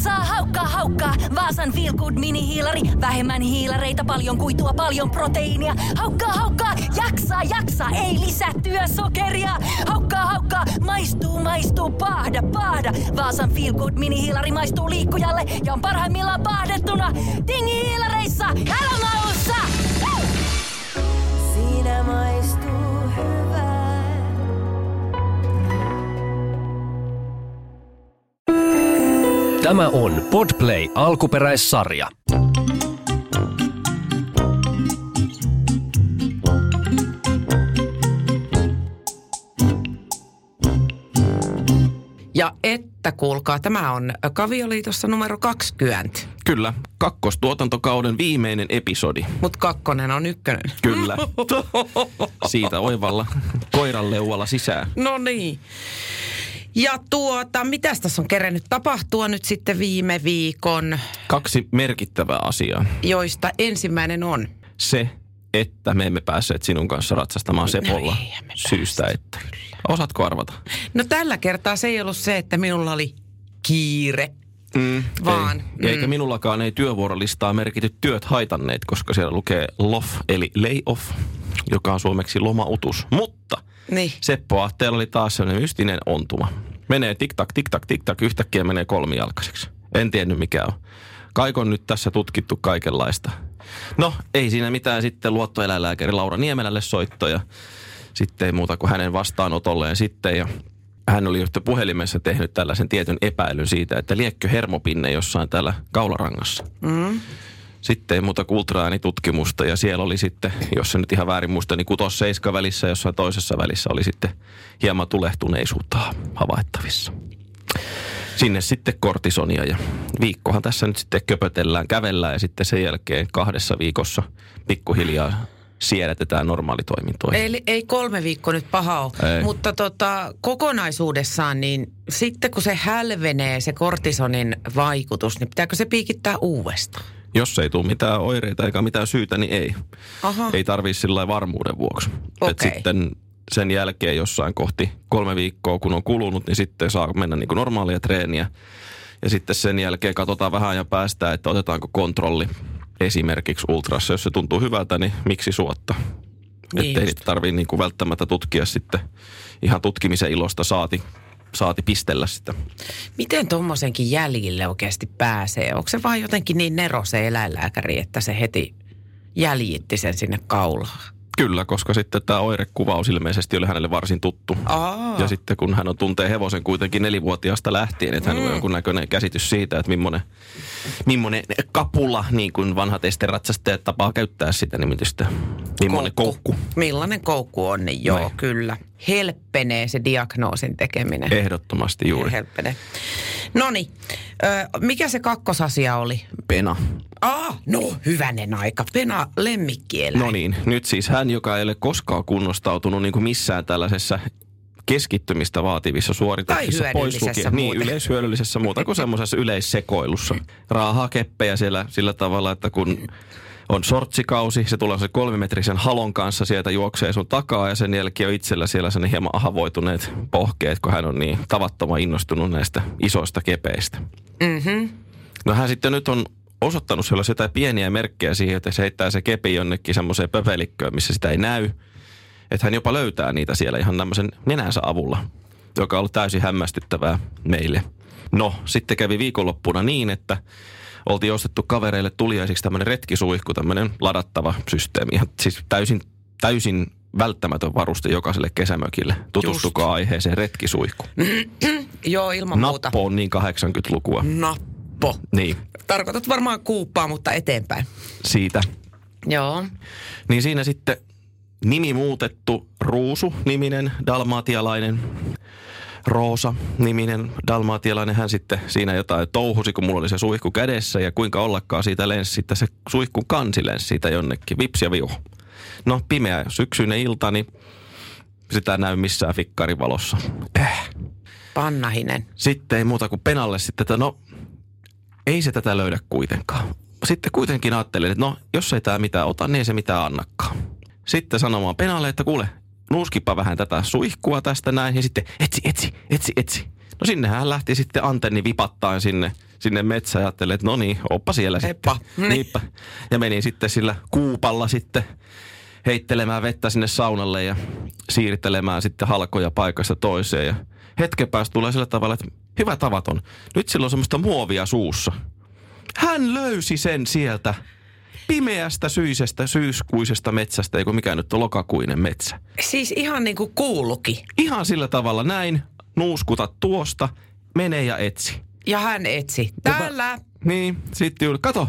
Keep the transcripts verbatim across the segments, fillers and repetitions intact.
jaksaa, haukkaa, haukkaa. Vaasan Feel Good mini-hiilari. Vähemmän hiilareita, paljon kuitua, paljon proteiinia. Haukkaa, haukkaa, jaksaa, jaksaa. Ei lisättyä sokeria. Haukkaa, haukkaa, maistuu, maistuu, paahda, paahda. Vaasan Feel Good mini-hiilari maistuu liikkujalle ja on parhaimmillaan paahdettuna. Tingi-hiilareissa, elämaussa! Siinä maistuu hyvää. Tämä on Podplay alkuperäissarja. Ja että kuulkaa, tämä on Kavioliitossa numero kaksikymmentä. Kyllä, kakkostuotantokauden viimeinen episodi. Mut kakkonen on ykkönen. Kyllä. Siitä oivalla koiranleualla sisään. No niin. Ja tuota, mitäs tässä on kerennyt tapahtua nyt sitten viime viikon? Kaksi merkittävää asiaa. Joista ensimmäinen on? Se, että me emme päässeet sinun kanssa ratsastamaan Sepolla no syystä, että... Osaatko arvata? No tällä kertaa se ei ollut se, että minulla oli kiire, mm, vaan... Ei. Eikä mm. minullakaan ei työvuorolistaa merkityt työt haitanneet, koska siellä lukee L O F, eli lay off, joka on suomeksi lomautus. Mutta niin. Seppo Ahteella oli taas sellainen mystinen ontuma. Menee tik-tak, tik-tak, tik-tak, yhtäkkiä menee kolmijalkaiseksi. En tiennyt mikä on. Kaikon nyt tässä tutkittu kaikenlaista. No, ei siinä mitään sitten luottoeläinlääkäri Laura Niemelälle soittoja. Sitten ei muuta kuin hänen vastaanotolleen sitten ja hän oli just puhelimessa tehnyt tällaisen tietyn epäilyn siitä, että liekkö hermopinne jossain täällä kaularangassa. Mm. Sitten ei muuta kuin ultraäänitutkimusta ja siellä oli sitten, jos se nyt ihan väärin muista, niin kutos seiska välissä, jossain toisessa välissä oli sitten hieman tulehtuneisuutta havaittavissa. Sinne sitten kortisonia ja viikkohan tässä nyt sitten köpötellään, kävellään ja sitten sen jälkeen kahdessa viikossa pikkuhiljaa siedätetään normaalitoimintoihin. Eli ei kolme viikkoa nyt paha ole, mutta tota, kokonaisuudessaan niin sitten kun se hälvenee se kortisonin vaikutus, niin pitääkö se piikittää uudestaan? Jos ei tule mitään oireita eikä mitään syytä, niin ei. Aha. Ei tarvitse sillä lailla varmuuden vuoksi. Okay. Et sitten sen jälkeen jossain kohti kolme viikkoa kun on kulunut, niin sitten saa mennä niin kuin normaalia treeniä. Ja sitten sen jälkeen katsotaan vähän ajan päästä, että otetaanko kontrolli. Esimerkiksi ultrassa, jos se tuntuu hyvältä, niin miksi suotta? Niin että ei tarvitse niin kuin välttämättä tutkia sitten ihan tutkimisen ilosta saati, saati pistellä sitä. Miten tommosenkin jäljille oikeasti pääsee? Onko se vaan jotenkin niin nero se eläinlääkäri, että se heti jäljitti sen sinne kaulaan? Kyllä, koska sitten tämä oirekuvaus ilmeisesti oli hänelle varsin tuttu. Aa. Ja sitten kun hän on tuntee hevosen kuitenkin nelivuotiaasta lähtien, että hän mm. on jonkunnäköinen käsitys siitä, että millainen, millainen kapula, niin kuin vanhat esteratsastajat tapaa käyttää sitä nimitystä. Millainen koukku. koukku. Millainen koukku on, niin joo, Noin. Kyllä. Helppenee se diagnoosin tekeminen. Ehdottomasti juuri. Helppenee. Noniin, mikä se kakkosasia oli? Pena. Ah, no hyvänen aika. Pena lemmikkieläin. No niin, nyt siis hän, joka ei ole koskaan kunnostautunut niin kuin missään tällaisessa keskittymistä vaativissa suorituksissa. Tai hyödyllisessä Niin, yleishyödyllisessä muuta kuin semmoisessa yleissekoilussa. Raahaa keppejä siellä sillä tavalla, että kun on sortsikausi, se tulee se kolmimetrisen halon kanssa, sieltä juoksee sun takaa ja sen jälkeen on itsellä siellä sen hieman ahavoituneet pohkeet, kun hän on niin tavattoman innostunut näistä isoista kepeistä. Mhm. No hän sitten nyt on osoittanut sellaisia jotain pieniä merkkejä siihen, että se heittää se kepi jonnekin semmoiseen pöpelikköön, missä sitä ei näy. Että hän jopa löytää niitä siellä ihan tämmöisen nenänsä avulla, joka on ollut täysin hämmästyttävää meille. No, sitten kävi viikonloppuna niin, että oltiin ostettu kavereille tuliaisiksi tämmöinen retkisuihku, tämmöinen ladattava systeemi. Ihan siis täysin, täysin välttämätön varuste jokaiselle kesämökille. Tutustukaa Just. aiheeseen retkisuihku. Joo, ilman Nappo muuta. Nappo on niin kahdeksankymmentälukua. Nappo. Niin. Tarkoitat varmaan kuuppaa, mutta eteenpäin. Siitä. Joo. Niin siinä sitten nimi muutettu Ruusu-niminen dalmaatialainen, Roosa-niminen dalmaatialainen. Hän sitten siinä jotain touhusi, kun mulla oli se suihku kädessä ja kuinka ollakaan siitä lensi sitten se suihkun kansi lensi siitä jonnekin. Vips ja viuhu. No pimeä syksyinen ilta, niin sitä näy missään fikkarivalossa. Äh. Pannahinen. Sitten ei muuta kuin penalle sitten, että no ei se tätä löydä kuitenkaan. Sitten kuitenkin ajattelin, että no jos ei tämä mitään ota, niin ei se mitään annakaan. Sitten sanomaan penalle, että kuule, nuuskipa vähän tätä suihkua tästä näin. Ja sitten etsi, etsi, etsi, etsi. No sinnehän hän lähti sitten antenni vipattaen sinne, sinne metsään ja ajattelin, että no niin, oppa siellä Heppa. sitten. Niinpä. Ja meni sitten sillä kuupalla sitten heittelemään vettä sinne saunalle ja siirtelemään sitten halkoja paikasta toiseen. Ja hetken päästä tulee sillä tavalla, että hyvä tavaton. Nyt sillä on semmoista muovia suussa. Hän löysi sen sieltä pimeästä syisestä, syyskuisesta metsästä, eikö mikä nyt on lokakuinen metsä. Siis ihan niin kuin kuulukin. Ihan sillä tavalla näin, nuuskuta tuosta, mene ja etsi. Ja hän etsi. Täällä. Jopa, niin, sitten juuri, kato.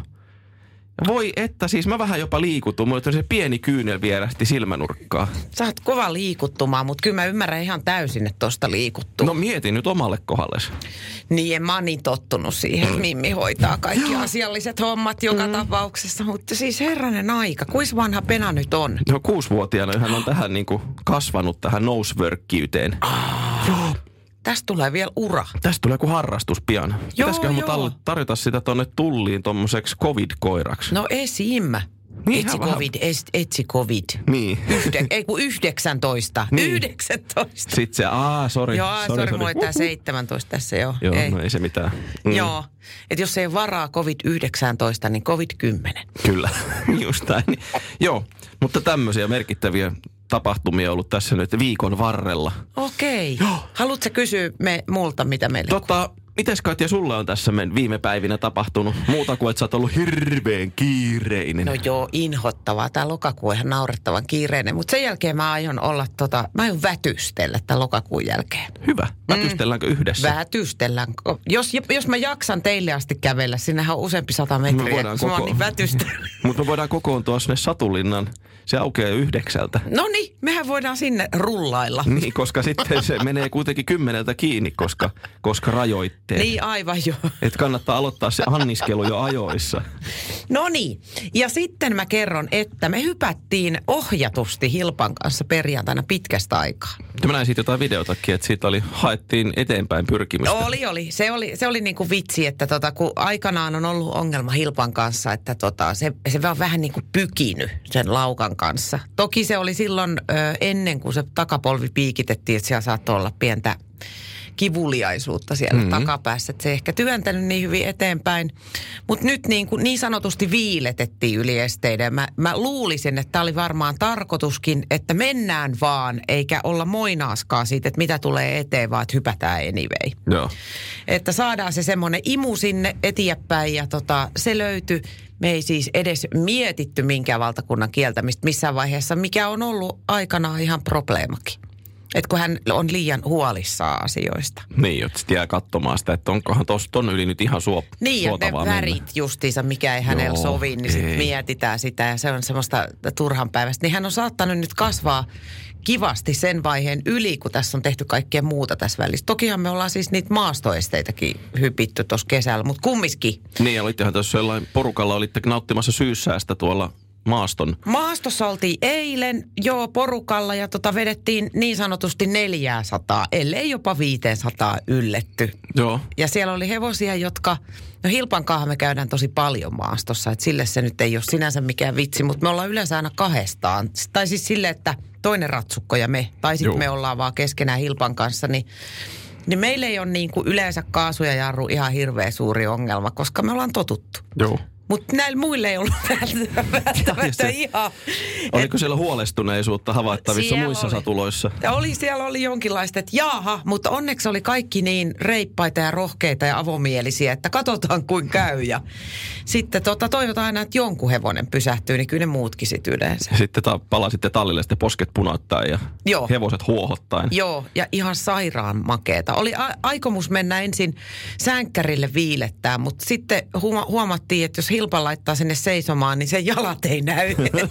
Voi että, siis mä vähän jopa liikutun. Mulla se pieni kyynel vierähti silmänurkkaa. Sä oot kova liikuttumaan, mutta kyllä mä ymmärrän ihan täysin, että tosta liikuttuu. No mieti nyt omalle kohdallesi. Niin, en mä oon niin tottunut siihen, että Mimmi hoitaa kaikki asialliset hommat joka mm. tapauksessa. Mutta siis herranen aika, kuis vanha Pena nyt on? No kuusivuotiaana hän on tähän niinku kasvanut tähän nousevörkkiyteen. Ah. Joo. Tästä tulee vielä ura. Tästä tulee kuin harrastus pian. Joo, Pitäisiköhän mun joo. tarjota sitä tonne tulliin tommoseksi covid-koiraksi? No esim. Niin, etsi vähän- covid, es, etsi covid. Niin. Yhde, ei kun yhdeksäntoista. Niin. yhdeksäntoista. Sitten se, aa, sori. Joo, sori, mulla oli tää seitsemäntoista tässä jo. Joo, ei. no ei se mitään. Mm. Joo, että jos ei ole varaa covid yhdeksäntoista, niin covid kymmenen. Kyllä, just näin. Joo, mutta tämmöisiä merkittäviä tapahtumia on ollut tässä nyt viikon varrella. Okei. Joo. Haluatko kysyä me, multa, mitä meillä Tota, mites Katja, sulle on tässä men viime päivinä tapahtunut muuta kuin, että sä oot ollut hirveän kiireinen? No joo, inhottavaa. Tämä lokakuu on ihan naurettavan kiireinen. Mutta sen jälkeen mä aion olla tota, mä aion vätystellä tämän lokakuun jälkeen. Hyvä. Vätystelläänkö yhdessä? Vätystellään. Jos, jos mä jaksan teille asti kävellä, sinnehän on useampi sata Me metriä. voidaan kun mä oon koko- niin vätystellä. Mutta me voidaan kokoontua sinne Satulinnan. Se aukeaa yhdeksältä. No niin, mehän voidaan sinne rullailla. Niin, koska sitten se menee kuitenkin kymmeneltä kiinni, koska, koska rajoitteet. Niin, aivan joo. Että kannattaa aloittaa se anniskelu jo ajoissa. No niin, ja sitten mä kerron, että me hypättiin ohjatusti Hilpan kanssa perjantaina pitkästä aikaa. Mä näin siitä jotain videotakin, että siitä oli, haettiin eteenpäin pyrkimystä. Oli, oli. Se oli, se oli niin kuin vitsi, että tota, kun aikanaan on ollut ongelma Hilpan kanssa, että tota, se, se on vähän niin kuin pykinyt sen laukan kanssa. Toki se oli silloin ö, ennen kuin se takapolvi piikitettiin, että siellä saattoi olla pientä kivuliaisuutta siellä mm-hmm. takapäässä, että se ei ehkä työntänyt niin hyvin eteenpäin. Mutta nyt niin, kuin, niin sanotusti viiletettiin yli esteiden. Mä, mä luulisin, että tämä oli varmaan tarkoituskin, että mennään vaan, eikä olla moinaaskaan siitä, että mitä tulee eteen, vaan että hypätään anyway. Joo. Että saadaan se semmoinen imu sinne eteenpäin ja tota, se löytyi. Me ei siis edes mietitty minkään valtakunnan kieltämistä missään vaiheessa, mikä on ollut aikanaan ihan probleemakin. Että kun hän on liian huolissaan asioista. Niin, että sitten jää katsomaan sitä, että onkohan tuossa ton yli nyt ihan suop, Niin, että ne suotavaa värit mennä. justiinsa, mikä ei hänellä Joo, sovi, niin sitten ei. mietitään sitä ja se on semmoista turhanpäiväistä. Niin hän on saattanut nyt kasvaa kivasti sen vaiheen yli, kun tässä on tehty kaikkea muuta tässä välissä. Tokihan me ollaan siis niitä maastoesteitäkin hypitty tuossa kesällä, mutta kumminkin. Niin, ja olittehan tuossa jollain porukalla olitte nauttimassa syyssäästä tuolla maaston. Maastossa oltiin eilen, joo, porukalla ja tota vedettiin niin sanotusti neljäsataa, ellei jopa viisisataa ylletty. Joo. Ja siellä oli hevosia, jotka, no Hilpankaahan me käydään tosi paljon maastossa, että sille se nyt ei ole sinänsä mikään vitsi, mutta me ollaan yleensä aina kahdestaan. Tai siis sille, että toinen ratsukko ja me, tai sitten me ollaan vaan keskenään Hilpan kanssa, niin niin meillä ei ole niin kuin yleensä kaasu ja jarru ihan hirveä suuri ongelma, koska me ollaan totuttu. Joo. Mutta näillä muille ei ollut välttämättä ihan. Oliko siellä huolestuneisuutta havaittavissa Siellä muissa oli. satuloissa? Oli, siellä oli jonkinlaista, että jaaha, mutta onneksi oli kaikki niin reippaita ja rohkeita ja avomielisiä, että katsotaan kuin käy. Ja sitten tota, toivotaan aina, että jonkun hevonen pysähtyy, niin kyllä ne muutkin sit yleensä. Sitten ta- palasitte tallille sitten posket punoittaen ja Joo. hevoset huohottaen. Joo, ja ihan sairaan makeeta. Oli a- aikomus mennä ensin sänkkärille viilettää, mutta sitten huoma- huomattiin, että jos Hilpa laittaa sinne seisomaan, niin sen jalat ei näy.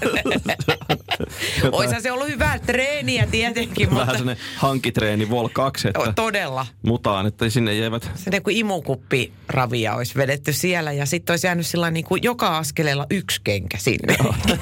Oisa se ollut hyvää treeniä tietenkin, Vähän mutta sellainen hankitreeni vol kaksi, että todella. mutaan, että sinne jäivät. Se niin kuin imukuppiravia olisi vedetty siellä ja sitten olisi jäänyt sillä niin kuin joka askeleella yksi kenkä sinne.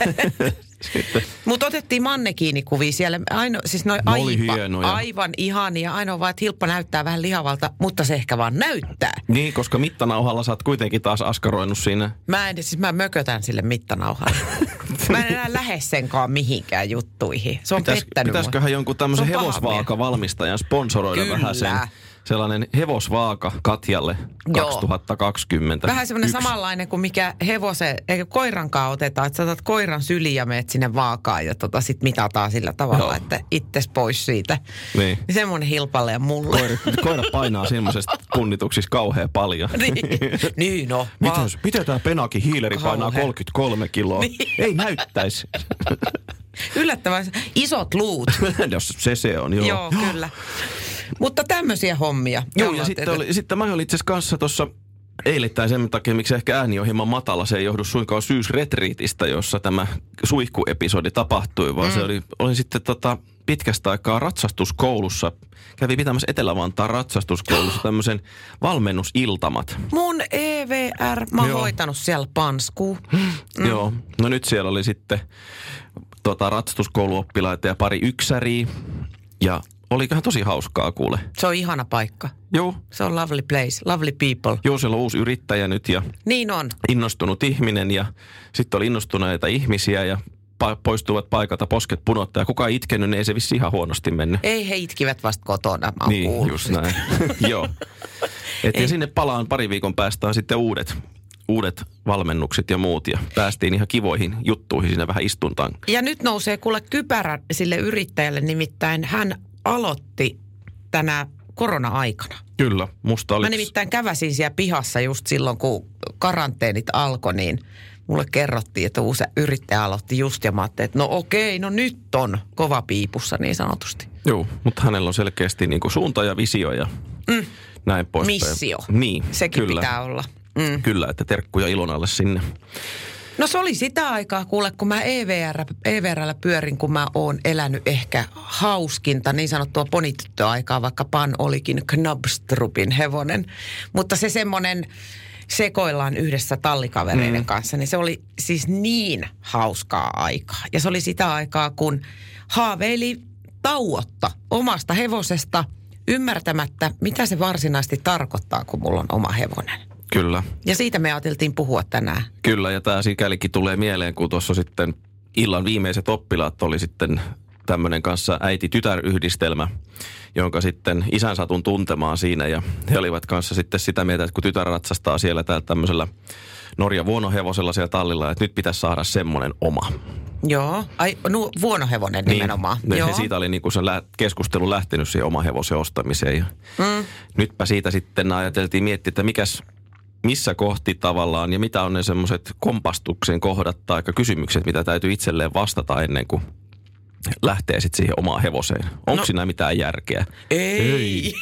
Mutta otettiin mannekiinikuvia siellä. Aino, siis noi Ne oli aivan, hienoja. aivan ihania. Ainoa vaan, että Hilppa näyttää vähän lihavalta, mutta se ehkä vaan näyttää. Niin, koska mittanauhalla sä oot kuitenkin taas askaroinut siinä. Mä en, siis mä mökötän sille mittanauhalle. Mä en enää lähde senkaan mihinkään juttuihin. Se on Pitäis, pettänyt mua. pitäisiköhän jonkun tämmöisen Se on paha hevosvaaka-valmistajan sponsoroida Kyllä. vähän sen. sellainen hevosvaaka Katjalle Joo. kaksituhattakaksikymmentä. Vähän semmoinen samanlainen kuin mikä hevosen, eikä koirankaan otetaan, että sä otat koiran syliin ja meet sinne vaakaan ja tota sit mitataan sillä tavalla, Joo. että itses pois siitä. Niin. Niin semmoinen hilpalle ja mulle. Koira, koira painaa semmoisesta punnituksissa kauhean paljon. niin, niin no. Miten, miten tämä Penakin hiileri painaa Kauhea. kolmekymmentäkolme kiloa? Niin. Ei näyttäisi. Yllättävän isot luut. Jos se se on, joo. Joo, kyllä. Mutta tämmöisiä hommia. Joo, ja sitten, oli, sitten mä olin itse asiassa kanssa tuossa eilittäin sen takia, miksi ehkä ääni on hieman matala. Se ei johdu suinkaan syysretriitistä, jossa tämä suihkuepisodi tapahtui, vaan mm. se oli, olin sitten tota pitkästä aikaa ratsastuskoulussa. Kävi pitämässä Etelä-Vantaan ratsastuskoulussa tämmöisen valmennusiltamat. Mun E V R, mä oon Joo. hoitanut siellä panskuu. Mm. Joo, no nyt siellä oli sitten tota, ratsastuskouluoppilaita ja pari yksäriä. Ja olikohan tosi hauskaa kuule. Se on ihana paikka. Joo. Se on lovely place, lovely people. Joo, siellä on uusi yrittäjä nyt ja Niin on. innostunut ihminen ja sitten oli innostuneita ihmisiä ja pa- poistuvat paikalta posket punottaa. Ja kukaan itkenyt, niin ei se vissi ihan huonosti mennyt. Ei, he itkivät vasta kotona, mä oon Niin, kuullut just sitä. näin. Joo. Et ja sinne palaan pari viikon päästä on sitten uudet, uudet valmennukset ja muut. Ja päästiin ihan kivoihin juttuihin siinä vähän istuntaan. Ja nyt nousee kuule kypärä sille yrittäjälle, nimittäin hän aloitti tänä korona-aikana. Kyllä, musta oli. Mä nimittäin käväsin siellä pihassa just silloin, kun karanteenit alkoi, niin mulle kerrottiin, että uusi yrittäjä aloitti just ja mä ajattelin, että no okei, no nyt on kova piipussa niin sanotusti. Joo, mutta hänellä on selkeästi niinku suunta ja visio ja mm. näin poispäin. Missio. Niin, Sekin kyllä. pitää olla. Mm. Kyllä, että terkkuja Ilonalle sinne. No se oli sitä aikaa, kuule, kun mä E V R, E V R:llä pyörin, kun mä oon elänyt ehkä hauskinta, niin sanottua ponityttöaikaa, vaikka Pan olikin Knabstrupin hevonen. Mutta se semmoinen sekoillaan yhdessä tallikavereiden mm. kanssa, niin se oli siis niin hauskaa aikaa. Ja se oli sitä aikaa, kun haaveili tauotta omasta hevosesta, ymmärtämättä, mitä se varsinaisesti tarkoittaa, kun mulla on oma hevonen. Kyllä. Ja siitä me ajateltiin puhua tänään. Kyllä, ja tämä sikälikin tulee mieleen, kun tuossa sitten illan viimeiset oppilaat oli sitten tämmöinen kanssa äiti-tytär-yhdistelmä, jonka sitten isän satun tuntemaan siinä. Ja he olivat kanssa sitten sitä mieltä, että kun tytär ratsastaa siellä täällä tämmöisellä Norja vuonohevosella siellä tallilla, että nyt pitäisi saada semmoinen oma. Joo, ai no, vuonohevonen nimenomaan. Niin, Joo. siitä oli niin kuin se lä- keskustelu lähtenyt siihen oman hevosen ostamiseen. Ja Mm. nytpä siitä sitten ajateltiin miettiä, että mikäs, missä kohti tavallaan ja mitä on ne semmoiset kompastuksen kohdat tai kysymykset, mitä täytyy itselleen vastata ennen kuin lähtee sitten siihen omaan hevoseen. Onko No. siinä mitään järkeä? Ei.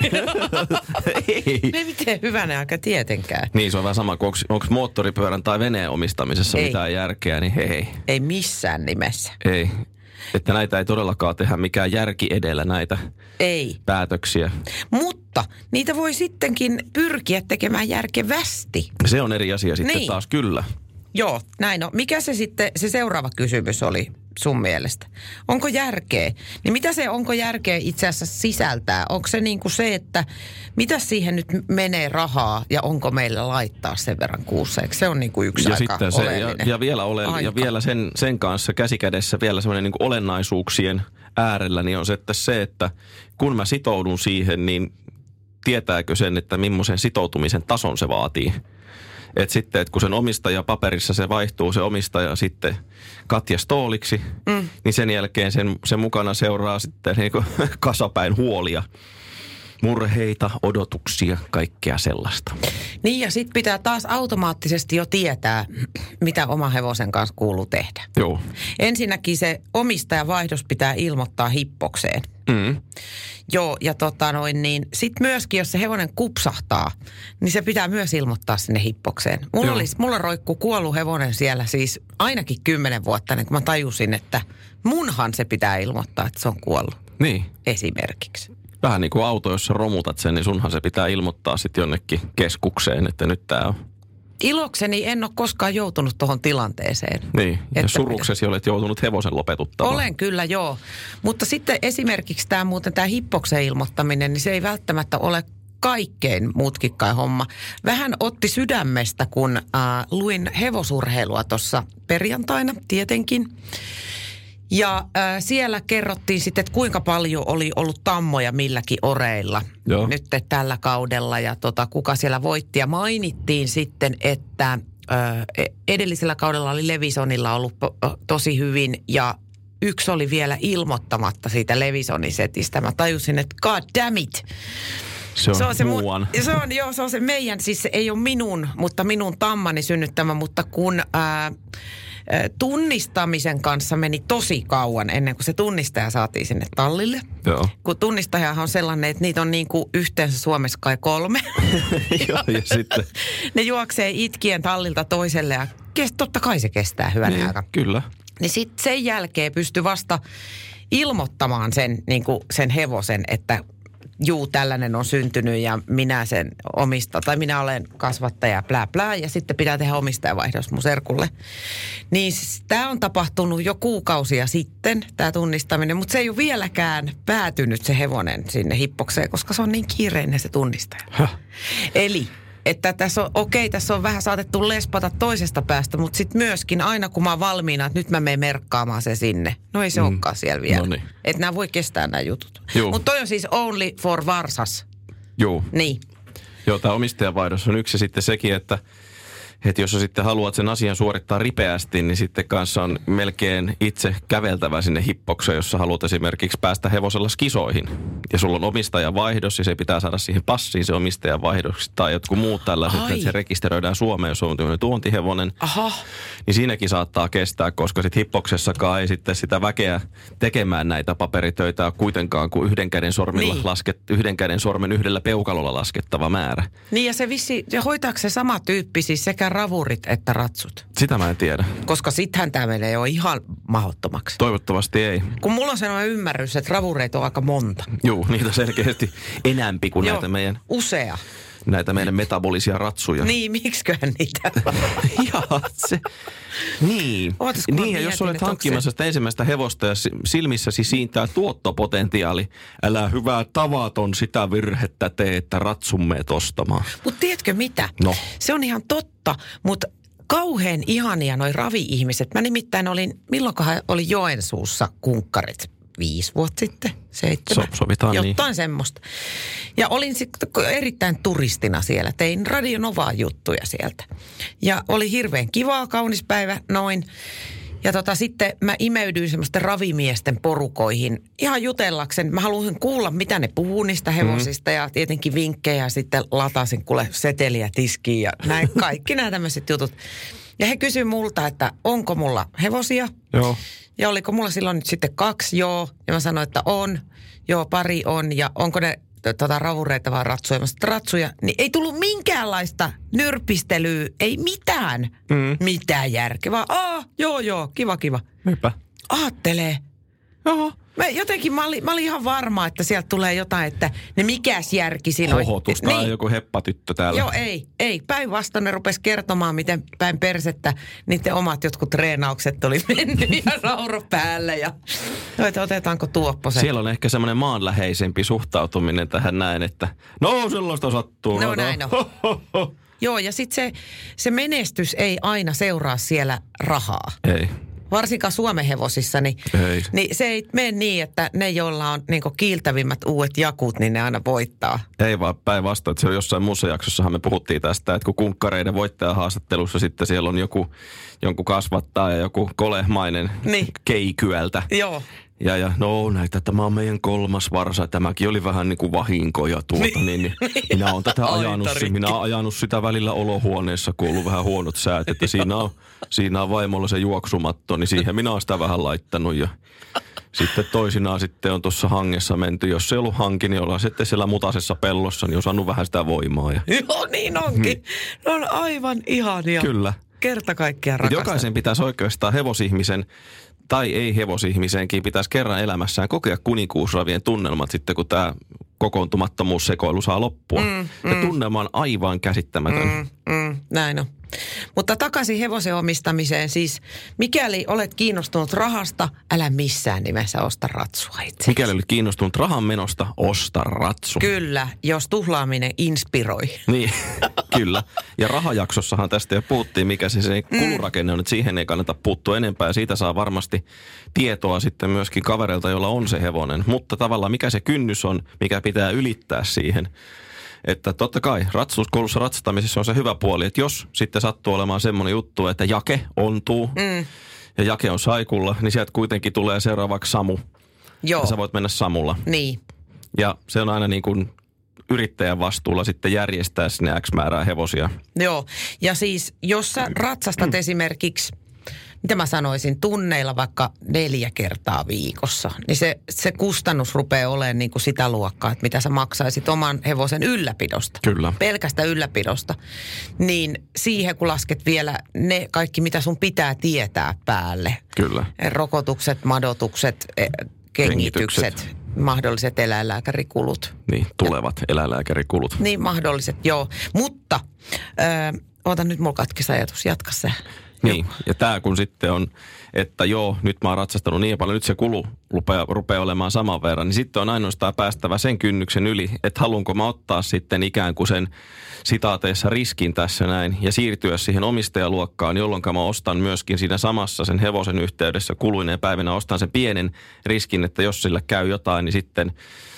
Ei. Me miten hyvänä aika tietenkään. Niin, se on vähän sama kuin onko moottoripyörän tai veneen omistamisessa Ei. mitään järkeä, niin ei. Ei missään nimessä. Ei. Että näitä ei todellakaan tehdä mikään järki edellä näitä Ei. päätöksiä. Mutta niitä voi sittenkin pyrkiä tekemään järkevästi. Se on eri asia sitten Niin. taas, kyllä. Joo, näin on. Mikä se sitten, se seuraava kysymys oli sun mielestä? Onko järkeä? Niin mitä se onko järkeä itse asiassa sisältää? Onko se niin kuin se, että mitä siihen nyt menee rahaa ja onko meillä laittaa sen verran kuussa? Eikö se on niin kuin yksi Ja aika sitten se, ja, oleellinen ja vielä, ole, aika. ja vielä sen, sen kanssa käsikädessä vielä semmoinen niin kuin olennaisuuksien äärellä, niin on se, että se, että kun mä sitoudun siihen, niin tietääkö sen, että millaisen sitoutumisen tason se vaatii. Että sitten, että kun sen omistaja paperissa se vaihtuu, se omistaja sitten Katja Stooliksi, mm. niin sen jälkeen sen, sen mukana seuraa sitten niin kuin kasapäin huolia, murheita, odotuksia, kaikkea sellaista. Niin ja sitten pitää taas automaattisesti jo tietää, mitä oma hevosen kanssa kuuluu tehdä. Joo. Ensinnäkin se omistajavaihdos pitää ilmoittaa hippokseen. Mm. Joo, ja tota noin niin, sit myöskin, jos se hevonen kupsahtaa, niin se pitää myös ilmoittaa sinne hippokseen. Mulla, oli, mulla roikkuu kuollut hevonen siellä siis ainakin kymmenen vuotta, niin kun mä tajusin, että munhan se pitää ilmoittaa, että se on kuollut. Niin. Esimerkiksi. Vähän niin kuin auto, jos sä romutat sen, niin sunhan se pitää ilmoittaa sitten jonnekin keskukseen, että nyt tää on. Ilokseni en ole koskaan joutunut tuohon tilanteeseen. Niin, ja Että suruksesi olet joutunut hevosen lopetuttamaan. Olen kyllä, joo. Mutta sitten esimerkiksi tämä muuten tämä hippoksen ilmoittaminen, niin se ei välttämättä ole kaikkein mutkikkain homma. Vähän otti sydämestä, kun äh, luin hevosurheilua tuossa perjantaina tietenkin. Ja äh, siellä kerrottiin sitten, että kuinka paljon oli ollut tammoja milläkin oreilla Joo. nyt tällä kaudella ja tota, kuka siellä voitti. Ja mainittiin sitten, että äh, edellisellä kaudella oli Levisonilla ollut po- tosi hyvin ja yksi oli vielä ilmoittamatta siitä Levisonin setistä. Mä tajusin, että god damn it. Se on, se on se muuan. Mun, se on, joo, se on se meidän, siis se ei ole minun, mutta minun tammani synnyttämä, mutta kun ää, tunnistamisen kanssa meni tosi kauan ennen kuin se tunnistaja saatiin sinne tallille. Joo. Kun tunnistajahan on sellainen, että niitä on niin kuin yhteensä Suomessa kai kolme. Joo, ja sitten. Ne juoksee itkien tallilta toiselle ja kest, totta kai se kestää hyvän Niin, aikaa. kyllä. Niin sitten sen jälkeen pystyi vasta ilmoittamaan sen, niin kuin sen hevosen, että juu, tällainen on syntynyt ja minä sen omistan, tai minä olen kasvattaja, plää, plää, ja sitten pitää tehdä omistajavaihdos mun serkulle. Niin tämä on tapahtunut jo kuukausia sitten, tämä tunnistaminen, mutta se ei ole vieläkään päätynyt se hevonen sinne hippokseen, koska se on niin kiireinen se tunnistaja. Häh. Eli että tässä on, okei, tässä on vähän saatettu lespata toisesta päästä, mutta sitten myöskin aina kun mä oon valmiina, että nyt mä menen merkkaamaan se sinne. No ei se mm. olekaan siellä vielä. Noniin. Että nämä voi kestää nämä jutut. Juu. Mutta toi on siis only for Varsas. Joo. Niin. Joo, tämä omistajavaihdos on yksi ja sitten sekin, että että jos sä sitten haluat sen asian suorittaa ripeästi, niin sitten kanssa on melkein itse käveltävä sinne hippokseen, jos sä haluat esimerkiksi päästä hevosella skisoihin. Ja sulla on omistajavaihdos ja se pitää saada siihen passiin se omistajavaihdos tai jotkut muut tällaiset, Ai. että se rekisteröidään Suomeen, jos on tämmöinen tuontihevonen. Aha. Niin siinäkin saattaa kestää, koska sitten hippoksessakaan ei sitten sitä väkeä tekemään näitä paperitöitä kuitenkaan kuin yhden käden sormilla Niin. lasket, yhden käden sormen yhdellä peukalolla laskettava määrä. Niin ja se vissi, ja hoitaako se sama tyyppi siis sekä ravurit että ratsut? Sitä mä en tiedä. Koska sittenhän tämä menee jo ihan mahdottomaksi. Toivottavasti ei. Kun mulla on sellainen ymmärrys, että ravureita on aika monta. Joo, niitä selkeästi enämpi kuin Joo, näitä meidän, usea. näitä meidän metabolisia ratsuja. Niin, miksiköhän niitä on? Jaa, se. Niin. Ootas, kun mä Niin, ja jos mietin, olet että hankkimassa onko sitä ensimmäistä hevosta ja si- silmissäsi siintää tuottopotentiaali, älä hyvää tavaton sitä virhettä tee, että ratsumme ostamaan. Mutta tiedätkö mitä? No. Se on ihan totta, mutta kauhean ihania noi ravi-ihmiset. Mä nimittäin olin, milloinkohan oli Joensuussa kunkkarit? Viisi vuotta sitten, seitsemän. So- sovitaan niin. Jotain semmoista. Ja olin sitten erittäin turistina siellä. Tein Radio Novaa juttuja sieltä. Ja oli hirveän kivaa, kaunis päivä, noin. Ja tota, sitten mä imeydyin semmoisten ravimiesten porukoihin ihan jutellakseen. Mä halusin kuulla, mitä ne puhuu niistä hevosista mm. ja tietenkin vinkkejä. Sitten latasin kuule seteliä tiskiin ja näin kaikki nämä tämmöiset jutut. Ja he kysyivät multa, että onko mulla hevosia? Joo. Ja oliko mulla silloin nyt sitten kaksi? Joo. Ja mä sanoin, että on. Joo, pari on. Ja onko ne tota, ravureita vaan ratsuja? Mä sanoin, ratsuja. Niin ei tullut minkäänlaista nyrpistelyä. Ei mitään. Mm. Mitään järkevää. Aa, joo, joo. Kiva, kiva. Niinpä. Aattelee. Joo. Mä jotenkin, mä olin, mä olin ihan varma, että sieltä tulee jotain, että ne mikäs järki siinä on. Hohotusta niin. Joku heppatyttö täällä. Joo, ei, ei. Päinvastoin ne rupesi kertomaan, miten päin persettä niiden omat jotkut treenaukset oli mennyt ja rauro päälle. Ja että otetaanko tuopposen. Siellä on ehkä semmoinen maanläheisempi suhtautuminen tähän näin, että no sellaista sattuu. No, no näin on. Ho, ho, ho. Joo, ja sitten se, se menestys ei aina seuraa siellä rahaa. Ei. Varsinkaan Suomen hevosissa, niin, Ei. niin se ei mene niin, että ne, joilla on niin kiiltävimmät uudet jakut, niin ne aina voittaa. Ei vaan päinvastoin, että se on jossain muussa jaksossahan me puhuttiin tästä, että kun kunkkareiden voittajahaastattelussa sitten siellä on joku, jonkun kasvattaa ja joku kolehmainen Niin. keikyältä. Joo. Ja, ja no näitä, tämä on meidän kolmas varsa, tämäkin oli vähän niin kuin vahinko ja tuota, niin, niin, niin minä olen tätä ajanut, minä olen ajanut sitä välillä olohuoneessa, kun on ollut vähän huonot säät, että siinä on, siinä on vaimolla se juoksumatto, niin siihen minä olen sitä vähän laittanut ja sitten toisinaan sitten on tuossa hangessa menty, jos ei ollut hanki, niin ollaan sitten siellä mutasessa pellossa, niin on saanut vähän sitä voimaa. Ja Joo, niin onkin. Hmm. Ne on aivan ihania. Kyllä. Kerta kaikkiaan rakastan. Jokaisen pitäisi oikeastaan hevosihmisen tai ei hevosihmisenkin pitäisi kerran elämässään kokea kuninkuusravien tunnelmat sitten, kun tämä kokoontumattomuussekoilu saa loppua. Mm, mm. Ja tunnelma on aivan käsittämätön. Mm, mm, näin on. Mutta takaisin hevosen omistamiseen siis, mikäli olet kiinnostunut rahasta, älä missään nimessä osta ratsua itse. Mikäli olet kiinnostunut rahan menosta, osta ratsu. Kyllä, jos tuhlaaminen inspiroi. Niin, kyllä. Ja rahajaksossahan tästä jo puhuttiin, mikä se, se kulurakenne on, että siihen ei kannata puuttua enempää. Ja siitä saa varmasti tietoa sitten myöskin kavereilta, jolla on se hevonen. Mutta tavallaan mikä se kynnys on, mikä pitää ylittää siihen. Että totta kai ratsuuskoulussa ratsastamisessa on se hyvä puoli, että jos sitten sattuu olemaan semmoinen juttu, että jake ontuu mm. ja jake on saikulla, niin sieltä kuitenkin tulee seuraavaksi samu. Joo. Ja sä voit mennä samulla. Niin. Ja se on aina niin kuin yrittäjän vastuulla sitten järjestää sinne X määrää hevosia. Joo. Ja siis jos sä ratsastat mm. esimerkiksi, mitä mä sanoisin, tunneilla vaikka neljä kertaa viikossa, niin se, se kustannus rupeaa olemaan niin kuin sitä luokkaa, että mitä sä maksaisit oman hevosen ylläpidosta. Kyllä. Pelkästä ylläpidosta. Niin siihen kun lasket vielä ne kaikki, mitä sun pitää tietää päälle. Kyllä. Rokotukset, madotukset, kengitykset, kengitykset. Mahdolliset eläinlääkärikulut. Niin, tulevat ja, eläinlääkärikulut. Niin, mahdolliset, joo. Mutta, ö, oota nyt mulla katkis ajatus, jatka sä. Niin, ja tämä kun sitten on, että joo, nyt mä oon ratsastanut niin paljon, nyt se kulu rupeaa, rupeaa olemaan saman verran, niin sitten on ainoastaan päästävä sen kynnyksen yli, että haluanko mä ottaa sitten ikään kuin sen sitaateissa riskin tässä näin ja siirtyä siihen omistajaluokkaan, jolloin mä ostan myöskin siinä samassa sen hevosen yhteydessä kuluineen päivinä, ostan sen pienen riskin, että jos sillä käy jotain, niin sitten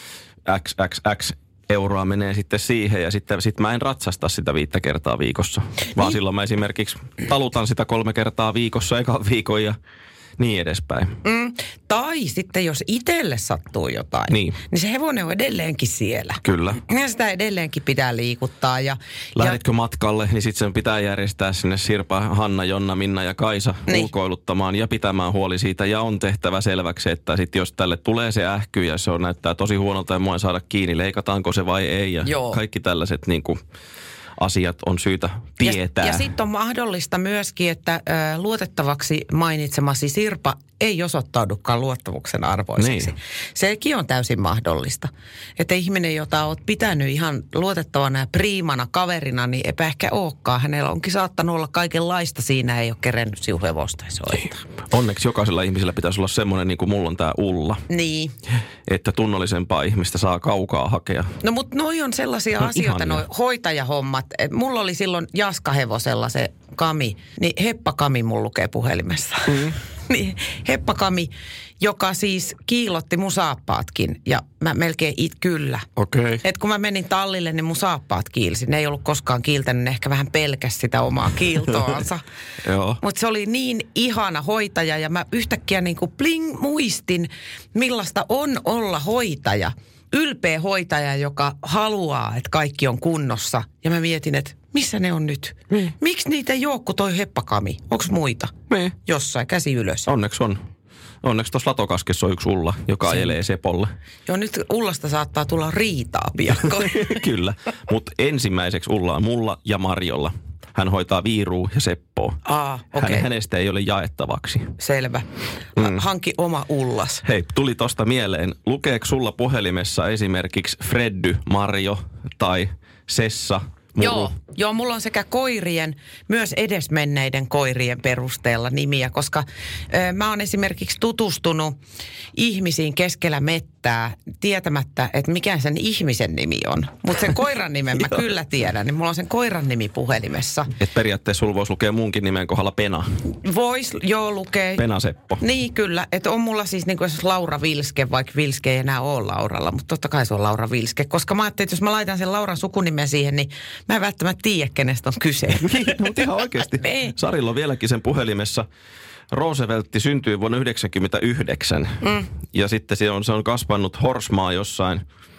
X, X, X euroa menee sitten siihen ja sitten sit mä en ratsasta sitä viittä kertaa viikossa. Vaan niin. Silloin mä esimerkiksi talutan sitä kolme kertaa viikossa ekan viikon ja niin edespäin. Mm, tai sitten jos itselle sattuu jotain, niin. niin se hevonen on edelleenkin siellä. Kyllä. Ja sitä edelleenkin pitää liikuttaa. Ja, Lähdetkö ja... matkalle, niin sitten sen pitää järjestää sinne Sirpa, Hanna, Jonna, Minna ja Kaisa niin. ulkoiluttamaan ja pitämään huoli siitä. Ja on tehtävä selväksi, että sitten jos tälle tulee se ähky ja se on, näyttää tosi huonolta ja mua ei saada kiinni, leikataanko se vai ei. Ja Joo. kaikki tällaiset niin kuin asiat on syytä tietää. Ja, ja sitten on mahdollista myöskin, että ö, luotettavaksi mainitsemasi Sirpa ei osoittaudukaan luottamuksen arvoiseksi. Niin. Sekin on täysin mahdollista. Että ihminen, jota olet pitänyt ihan luotettavana ja priimana kaverina, niin eipä ehkä olekaan. Hänellä onkin saattanut olla kaikenlaista. Siinä ei ole kerennyt sinun hevosta soittaa. Onneksi jokaisella ihmisellä pitäisi olla semmoinen, niin kuin mulla on tämä Ulla. Niin. Että tunnollisempaa ihmistä saa kaukaa hakea. No mutta noi on sellaisia no, asioita, noi hoitajahommat. Et mulla oli silloin Jaska-hevosella se Kami, niin Heppa Kami mulla lukee puhelimessa. Mm. Niin, Heppa Kami, joka siis kiilotti mun saappaatkin ja mä melkein it kyllä. Okei. Okay. Et kun mä menin tallille, niin mun saappaat kiilsi. Ne ei ollut koskaan kiiltänyt, ne ehkä vähän pelkäs sitä omaa kiiltoansa. Joo. Mutta se oli niin ihana hoitaja ja mä yhtäkkiä niin kuin bling muistin, millaista on olla hoitaja. Ylpeä hoitaja, joka haluaa, että kaikki on kunnossa. Ja mä mietin, että missä ne on nyt? Mm. Miksi niitä ei ole kuin toi Heppa Kami? Onko muita? Me. Jossain, käsi ylös. Onneksi on. Onneksi tuossa Latokaskessa on yksi Ulla, joka Sen. elee Sepolle. Joo, nyt Ullasta saattaa tulla riitaa piakkoin. Kyllä, mutta ensimmäiseksi Ulla on mulla ja Marjolla. Hän hoitaa Viiruu ja Seppoa. Aa, okei. Okay. Hänestä ei ole jaettavaksi. Selvä. Mm. Hanki oma Ullas. Hei, tuli tosta mieleen. Lukeeko sulla puhelimessa esimerkiksi Freddy, Marjo tai Sessa, Muru? Joo, joo, mulla on sekä koirien, myös edesmenneiden koirien perusteella nimiä, koska ö, mä oon esimerkiksi tutustunut ihmisiin keskellä mettää tietämättä, että mikä sen ihmisen nimi on. Mutta sen koiran nimen mä kyllä tiedän, niin mulla on sen koiran nimi puhelimessa. Et periaatteessa sulla voisi lukea muunkin nimen kohdalla Pena. Vois, joo, lukee. Pena Seppo. Niin, kyllä. Että on mulla siis niin kuin Laura Vilske, vaikka Vilske ei enää ole Lauralla, mutta totta kai se on Laura Vilske. Koska mä ajattelin, että jos mä laitan sen Lauran sukunimen siihen, niin mä en välttämättä tiedä, kenestä on kyse. Mutta ihan oikeasti. Sarilla on vieläkin sen puhelimessa. Rooseveltti syntyi vuonna yhdeksänkymmentäyhdeksän. Mm. Ja sitten se on, se on kasvanut Horsmaa jossain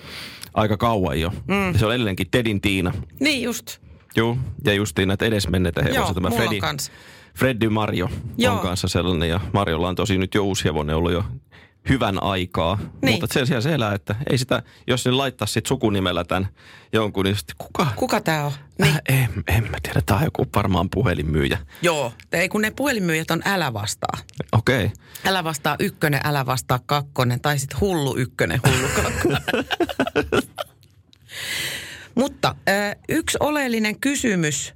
aika kauan jo. Mm. Ja se on edelleenkin Tedin Tiina. Niin just. Joo, ja justiin näitä edesmenneitä hevosia. Tämä Freddy, Freddy Marjo Joo. on kanssa sellainen. Ja Marjolla on tosi nyt jo uusi hevonen ollut jo hyvän aikaa. Niin. Mutta sen sijaan se elää, että ei sitä, jos ne laittaisi sit sukunimellä tämän jonkun, niin sitten kuka? Kuka tää on? Niin. Äh, en, en mä tiedä, tää on joku varmaan puhelinmyyjä. Joo, ei kun ne puhelinmyyjät on älä vastaa. Okei. Okay. Älä vastaa ykkönen, älä vastaa kakkonen, tai sitten hullu ykkönen, hullu kakkonen. Mutta ö, yksi oleellinen kysymys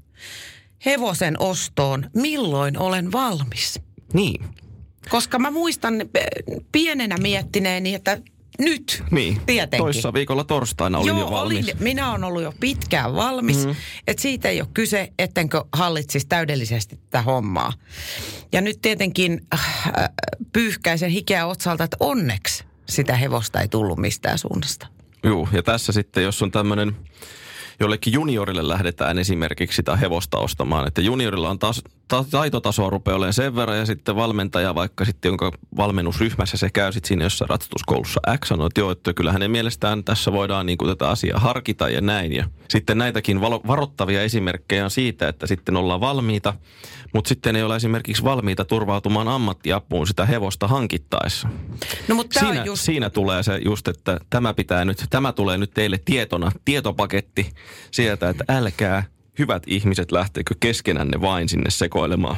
hevosen ostoon, milloin olen valmis? Niin. Koska mä muistan pienenä miettineeni, että nyt Niin, tietenkin. toissa viikolla torstaina olin Joo, jo valmis. Olin, minä olen ollut jo pitkään valmis, mm. että siitä ei ole kyse, ettenkö hallitsisi täydellisesti tätä hommaa. Ja nyt tietenkin äh, pyyhkäisen hikeä otsalta, että onneksi sitä hevosta ei tullut mistään suunnasta. Joo, ja tässä sitten, jos on tämmöinen, jollekin juniorille lähdetään esimerkiksi sitä hevosta ostamaan, että juniorilla on taas, ta, taitotasoa rupeaa olemaan sen verran, ja sitten valmentaja vaikka sitten, jonka valmennusryhmässä se käy sitten siinä jossain ratsastuskoulussa X, sanoo, että joo, että kyllä hänen mielestään tässä voidaan niin kuin tätä asiaa harkita ja näin. Ja sitten näitäkin valo, varoittavia esimerkkejä on siitä, että sitten ollaan valmiita, mutta sitten ei ole esimerkiksi valmiita turvautumaan ammattiapuun sitä hevosta hankittaessa. No, mutta siinä, just... siinä tulee se just, että tämä pitää nyt, tämä tulee nyt teille tietona, tietopaketti sieltä, että älkää hyvät ihmiset lähteekö keskenänne vain sinne sekoilemaan.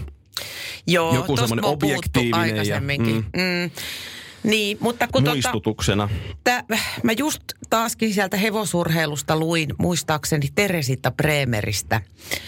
Joo, joku semmoinen objektiivinen ja mm, mm. Niin, mutta kun muistutuksena. Tota, tä, mä just taaskin sieltä hevosurheilusta luin muistaakseni Teresita Bremeristä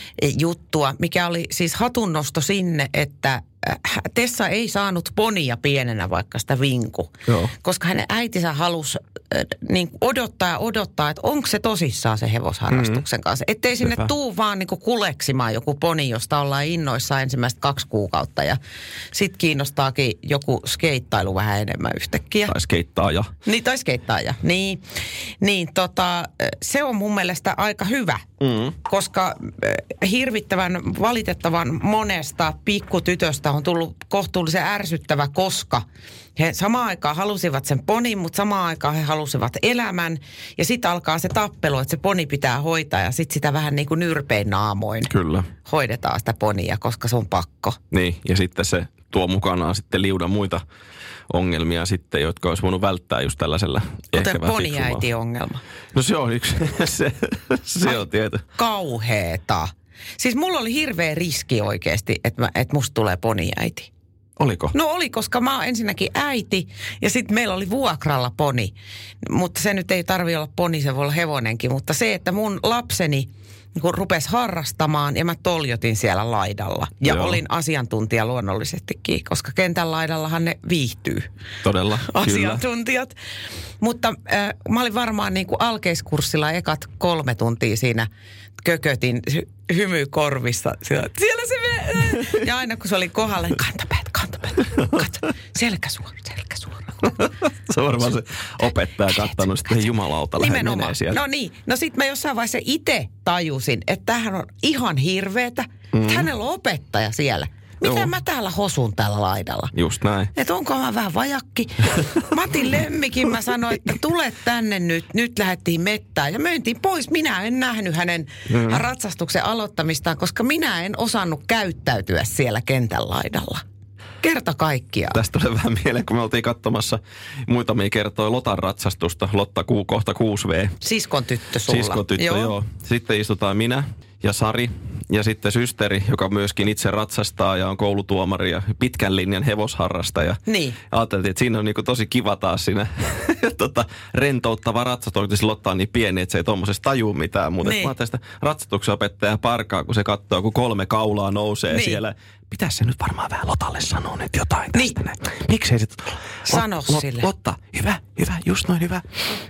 juttua, mikä oli siis hatunnosto sinne, että Tessa ei saanut ponia pienenä, vaikka sitä vinku. Joo. Koska hänen äitinsä halusi äh, niin odottaa ja odottaa, että onko se tosissaan se hevosharrastuksen mm-hmm. kanssa. Ettei sinne Sepä. tuu vaan niin kuleksimaan joku poni, josta ollaan innoissaan ensimmäistä kaksi kuukautta. Ja sit kiinnostaakin joku skeittailu vähän enemmän yhtäkkiä. Tai skeittaaja. Niin, tai skeittaaja. Niin, niin tota, se on mun mielestä aika hyvä. Mm. Koska hirvittävän valitettavan monesta pikkutytöstä on tullut kohtuullisen ärsyttävä, koska he samaan aikaan halusivat sen ponin, mutta samaan aikaan he halusivat elämän. Ja sitten alkaa se tappelu, että se poni pitää hoitaa ja sitten sitä vähän niin kuin nyrpein naamoin Kyllä. hoidetaan sitä ponia, koska se on pakko. Niin, ja sitten se tuo mukanaan sitten liudan muita ongelmia sitten, jotka olisi voinut välttää just tällaisella Kuten poniäiti-ongelma. No se on yksi, se, se on tieto. Kauheeta. Siis mulla oli hirveä riski oikeasti, että, mä, että musta tulee poniäiti. Oliko? No oli, koska mä oon ensinnäkin äiti ja sitten meillä oli vuokralla poni. Mutta se nyt ei tarvitse olla poni, se voi olla hevonenkin. Mutta se, että mun lapseni kun rupesi harrastamaan ja mä toljotin siellä laidalla. Ja Joo. olin asiantuntija luonnollisestikin, koska kentän laidallahan ne viihtyy. Todella, asiantuntijat. Kyllä. Mutta äh, mä olin varmaan niin kuin alkeiskurssilla ekat kolme tuntia siinä kökötin hy- hymy korvissa. Siellä, siellä se me... Ja aina kun se oli kohdalla, niin kantapäät, kantapäät, katso. Selkä suora, selkä suora. Se on varmaan se opettaja kattanut sitten jumalauta lähde menee siellä. No niin, no sit mä jossain vaiheessa itse tajusin, että tämähän on ihan hirveetä. Mm. Hänellä on opettaja siellä. Mitä Joo. mä täällä hosun täällä laidalla? Just näin. Että onko mä vähän vajakki. Matin Lemmikin mä sanoin, että tule tänne nyt. Nyt lähdettiin mettään ja mentiin pois. Minä en nähnyt hänen mm. ratsastuksen aloittamistaan, koska minä en osannut käyttäytyä siellä kentän laidalla. Kerta kaikkiaan. Tästä tulee vähän mieleen, kun me oltiin katsomassa muutamia kertoja Lotan ratsastusta. Lotta ku, kohta kuusi vuotta. Siskon tyttö sulla. Siskon tyttö, joo. joo. Sitten istutaan minä ja Sari ja sitten systeri, joka myöskin itse ratsastaa ja on koulutuomari ja pitkän linjan hevosharrastaja. Niin. Ajattelin, että siinä on niinku tosi kiva taas siinä tota, rentouttava ratsastus. Lotta on niin pieni, että se ei tuommoisesta tajuu mitään. Mutta niin. Mä ajattelin sitä ratsatuksen opettaja parkaa, kun se katsoo, kun kolme kaulaa nousee niin. siellä. Pitäisi se nyt varmaan vähän Lotalle sanoa nyt jotain tästä. Niin. Miksei se... Sano Lot, sille. Lotta, hyvä, hyvä, just noin hyvä.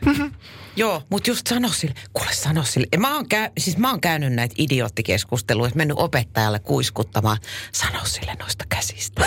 Joo, mutta just sano sille. Kuule, sano sille. Mä oon, käy, siis mä oon käynyt näitä idioottikeskusteluja, mennyt opettajalle kuiskuttamaan. Sano sille noista käsistä.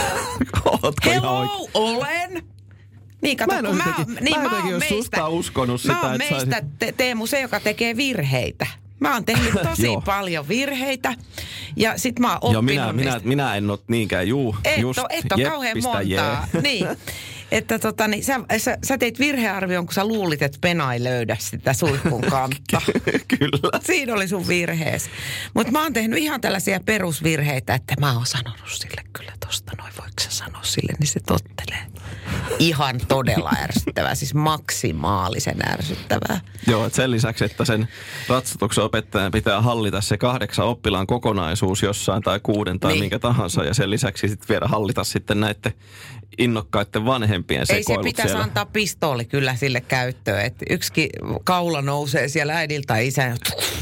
Hello, olen... Niin, kato, mä en kun mä, jotenkin, niin, mä, mä oon meistä, uskaa uskonut sitä. Mä oon meistä saisin... te, Teemu se, joka tekee virheitä. Mä oon tehnyt tosi paljon virheitä ja sit mä oon oppinut Joo, minä, minä, minä en ole niinkään, juu. Et just ole, et ole kauhean montaa. Niin, että tota niin, sä, sä, sä teit virhearvion, kun sä luulit, että Pena ei löydä sitä suihkun kantta. Kyllä. Siinä oli sun virhees. Mutta mä oon tehnyt ihan tällaisia perusvirheitä, että mä oon sanonut sille kyllä tosta noin. Voiko sä sanoa sille, niin se tottelee. ihan todella ärsyttävää, siis maksimaalisen ärsyttävää. Joo, että sen lisäksi, että sen ratsatuksen opettajan pitää hallita se kahdeksan oppilaan kokonaisuus jossain tai kuuden tai niin. minkä tahansa. Ja sen lisäksi sitten vielä hallita sitten näiden innokkaiden vanhempien sekoilut siellä. Ei se pitäisi siellä. Antaa pistooli kyllä sille käyttöön, että yksikin kaula nousee siellä äidiltä tai isän.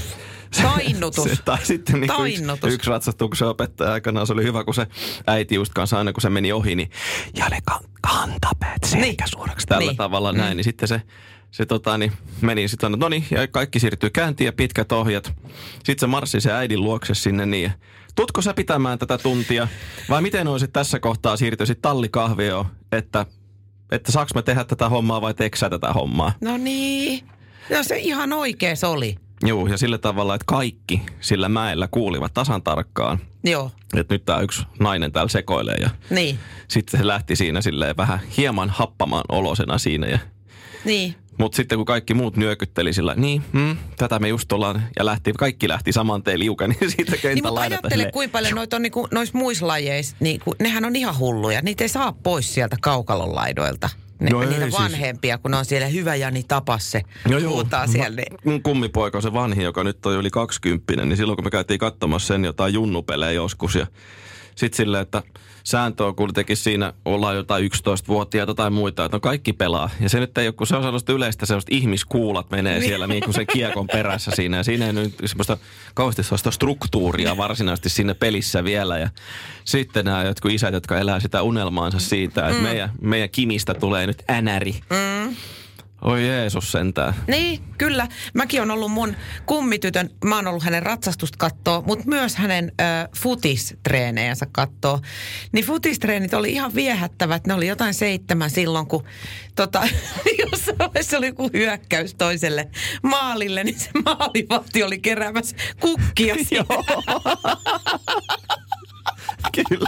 Tainnutus. Se, tai sitten niin Tainnutus. yksi, yksi ratsastuksen opettaja aikanaan, se oli hyvä, kun se äiti just kanssa aina kun se meni ohi, niin ja ne kantapäät selkä suoraksi tällä niin. tavalla näin. Mm. Niin sitten se, se tota, niin, meni sitten, no niin, ja kaikki siirtyy käyntiin ja pitkät ohjat. Sitten se marssi se äidin luokse sinne niin, tutko sä pitämään tätä tuntia vai miten olisit tässä kohtaa siirtyisit tallikahvioon, että, että saaks mä tehdä tätä hommaa vai teekö sä tätä hommaa? No niin, no se ihan oikein se oli. Joo, ja sillä tavalla, että kaikki sillä mäellä kuulivat tasan tarkkaan. Joo. Että nyt tää yksi nainen täällä sekoilee ja niin. Sitten se lähti siinä silleen vähän hieman happamaan olosena siinä. Ja niin. Mutta sitten kun kaikki muut nyökytteli sillä, niin, mm, tätä me just ollaan, ja lähti, kaikki lähti saman tein liukan, niin siitä kentän niin, laidata. Mutta ajattele, kuinka paljon noita on niinku, noissa muissa lajeissa, niinku, nehän on ihan hulluja. Niitä ei saa pois sieltä kaukalon laidoilta. Ne, no niitä vanhempia, siis. Kun on siellä hyvä Jani tapas se, no huutaa siellä. Mun kummipoika on se vanhi, joka nyt on yli kaksikymppinen, niin silloin kun me käytiin katsomassa sen jotain junnupelejä joskus ja sitten silleen, että sääntö on kuitenkin siinä, ollaan jotain yksitoistavuotiaita tai muita, että no kaikki pelaa. Ja se nyt ei ole, kun se on sellaista yleistä, sellaista ihmiskuulat menee siellä niin kuin sen kiekon perässä siinä. Ja siinä ei nyt semmoista kauheasti sellaista struktuuria varsinaisesti siinä pelissä vielä. Ja sitten nämä jotkut isät, jotka elää sitä unelmaansa siitä, että mm. meidän, meidän Kimistä tulee nyt änäri. Mm. Oi Jeesus sentään. Niin, kyllä. Mäkin on ollut mun kummitytön, mä oon ollut hänen ratsastusta kattoo, mutta myös hänen ö, futistreenejänsä kattoo. Niin futistreenit oli ihan viehättävät. Ne oli jotain seitsemän silloin, kun tota, jossain vaiheessa oli joku hyökkäys toiselle maalille, niin se maalivahti oli keräämässä kukkia siellä. Kyllä.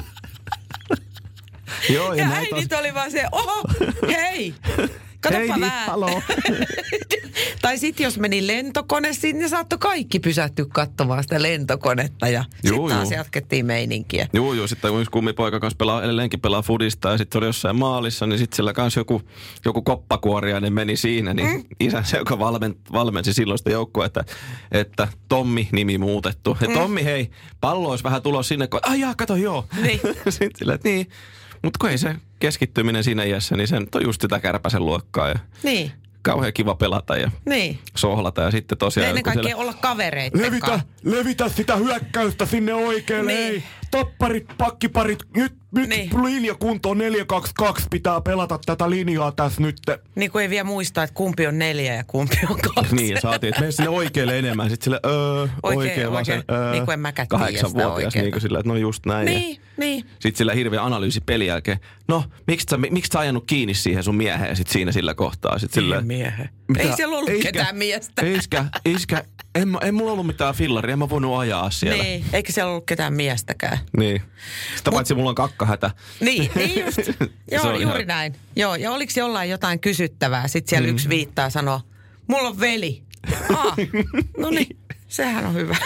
Joo, ja ja äidit oli vaan se, oho, hei. Katoppa vähän. Tai sitten jos meni lentokone, niin saattoi kaikki pysähtyä katsomaan sitä lentokonetta ja sitten taas jatkettiin meininkiä. Joo, joo. Sitten kun kummipoika kanssa pelaa, edelleenkin pelaa fudista ja sitten oli jossain maalissa, niin sitten sillä kanssa joku, joku koppakuoriainen meni siinä. Niin mm. isä se, joka valmen, valmensi silloista joukkoa, että, että Tommi-nimi muutettu. Ja mm. Tommi, hei, pallo olisi vähän tulossa sinne, kun ai jaa, kato, joo. Niin. Sitten sillä, että niin. Mutta kun ei se keskittyminen siinä iässä, niin se on just sitä kärpäsen luokkaa. Ja niin. Kauhean kiva pelata ja niin. sohlata. Ja sitten tosiaan... Ennen kaikkea siellä olla kavereita. Levitä, levitä sitä hyökkäystä sinne oikealle. Niin. Ei. Topparit, pakkiparit, nyt, nyt niin. linjakuntoon neljä kaksi kaksi pitää pelata tätä linjaa tässä nyt. Niin kuin ei vielä muistaa, että kumpi on neljä ja kumpi on kaksi. Niin, ja saatiin, että mene sinne oikealle enemmän. Sitten sille, öö, oikein, oikein vasen, öö. Niin kuin en mäkään tiedä sitä kahdeksanvuotias, niin kuin sillä, että no just näin. Niin, niin. Sitten sillä hirveä analyysi pelin jälkeen. No, miksi sä, miksi sä ajanut kiinni siihen sun mieheen sitten siinä sillä kohtaa? Sitten sillä, miehen. Ei siellä ollut iskä, ketään miestä. Iskä, iskä, en, en mulla ollut mitään fillaria, en mä voinut ajaa siellä. Niin, eikä siellä ollut ketään miestäkään. Niin. Sitä paitsi mulla on kakkahätä. Niin, niin just. Joo, juuri ihan... näin. Joo, ja oliko jollain jotain kysyttävää? Sitten siellä mm. yksi viittaa sanoo, mulla on veli. Ah, no niin, sehän on hyvä.